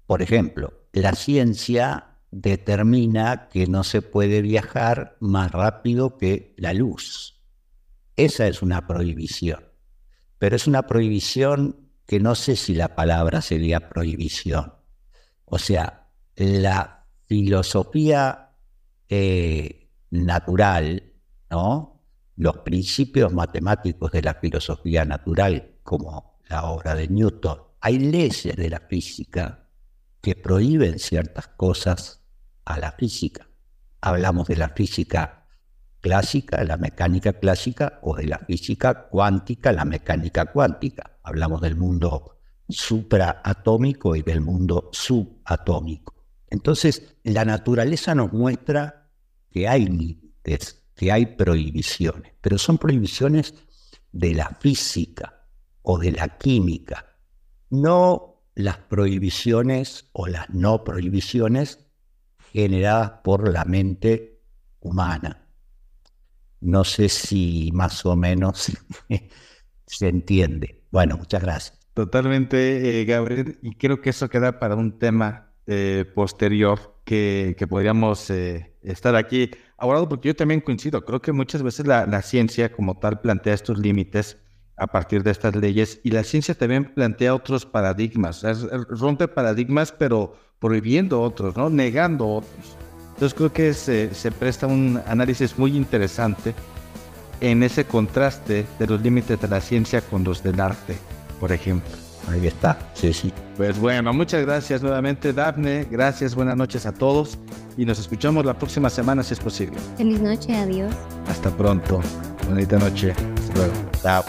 Por ejemplo, la ciencia determina que no se puede viajar más rápido que la luz. Esa es una prohibición, pero es una prohibición que no sé si la palabra sería prohibición. O sea, la filosofía eh, natural, ¿no? Los principios matemáticos de la filosofía natural, como la obra de Newton, hay leyes de la física que prohíben ciertas cosas a la física. Hablamos de la física clásica, la mecánica clásica, o de la física cuántica, la mecánica cuántica. Hablamos del mundo supraatómico y del mundo subatómico. Entonces, la naturaleza nos muestra que hay límites, que hay prohibiciones, pero son prohibiciones de la física o de la química, no las prohibiciones o las no prohibiciones generadas por la mente humana. No sé si más o menos se entiende. Bueno, muchas gracias. Totalmente, eh, Gabriel, y creo que eso queda para un tema eh, posterior que, que podríamos eh, estar aquí abordando, porque yo también coincido. Creo que muchas veces la, la ciencia como tal plantea estos límites a partir de estas leyes, y la ciencia también plantea otros paradigmas, es, rompe paradigmas pero prohibiendo otros, ¿no? Negando otros. Entonces creo que se, se presta un análisis muy interesante en ese contraste de los límites de la ciencia con los del arte, por ejemplo. Ahí está, sí, sí. Pues bueno, muchas gracias nuevamente, Dafne. Gracias, buenas noches a todos y nos escuchamos la próxima semana si es posible. Feliz noche, adiós. Hasta pronto. Bonita noche. Hasta luego. Chao.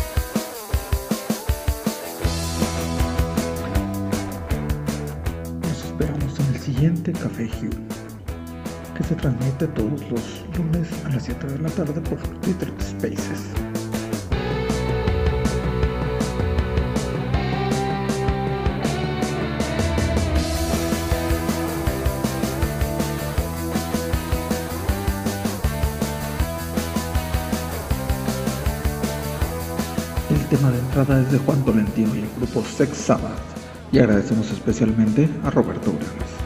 Nos esperamos en el siguiente Café Hue, que se transmite todos los lunes a las siete de la tarde por Twitter Spaces. El tema de entrada es de Juan Tolentino y el grupo Sex Sabbath, y agradecemos especialmente a Roberto Urales.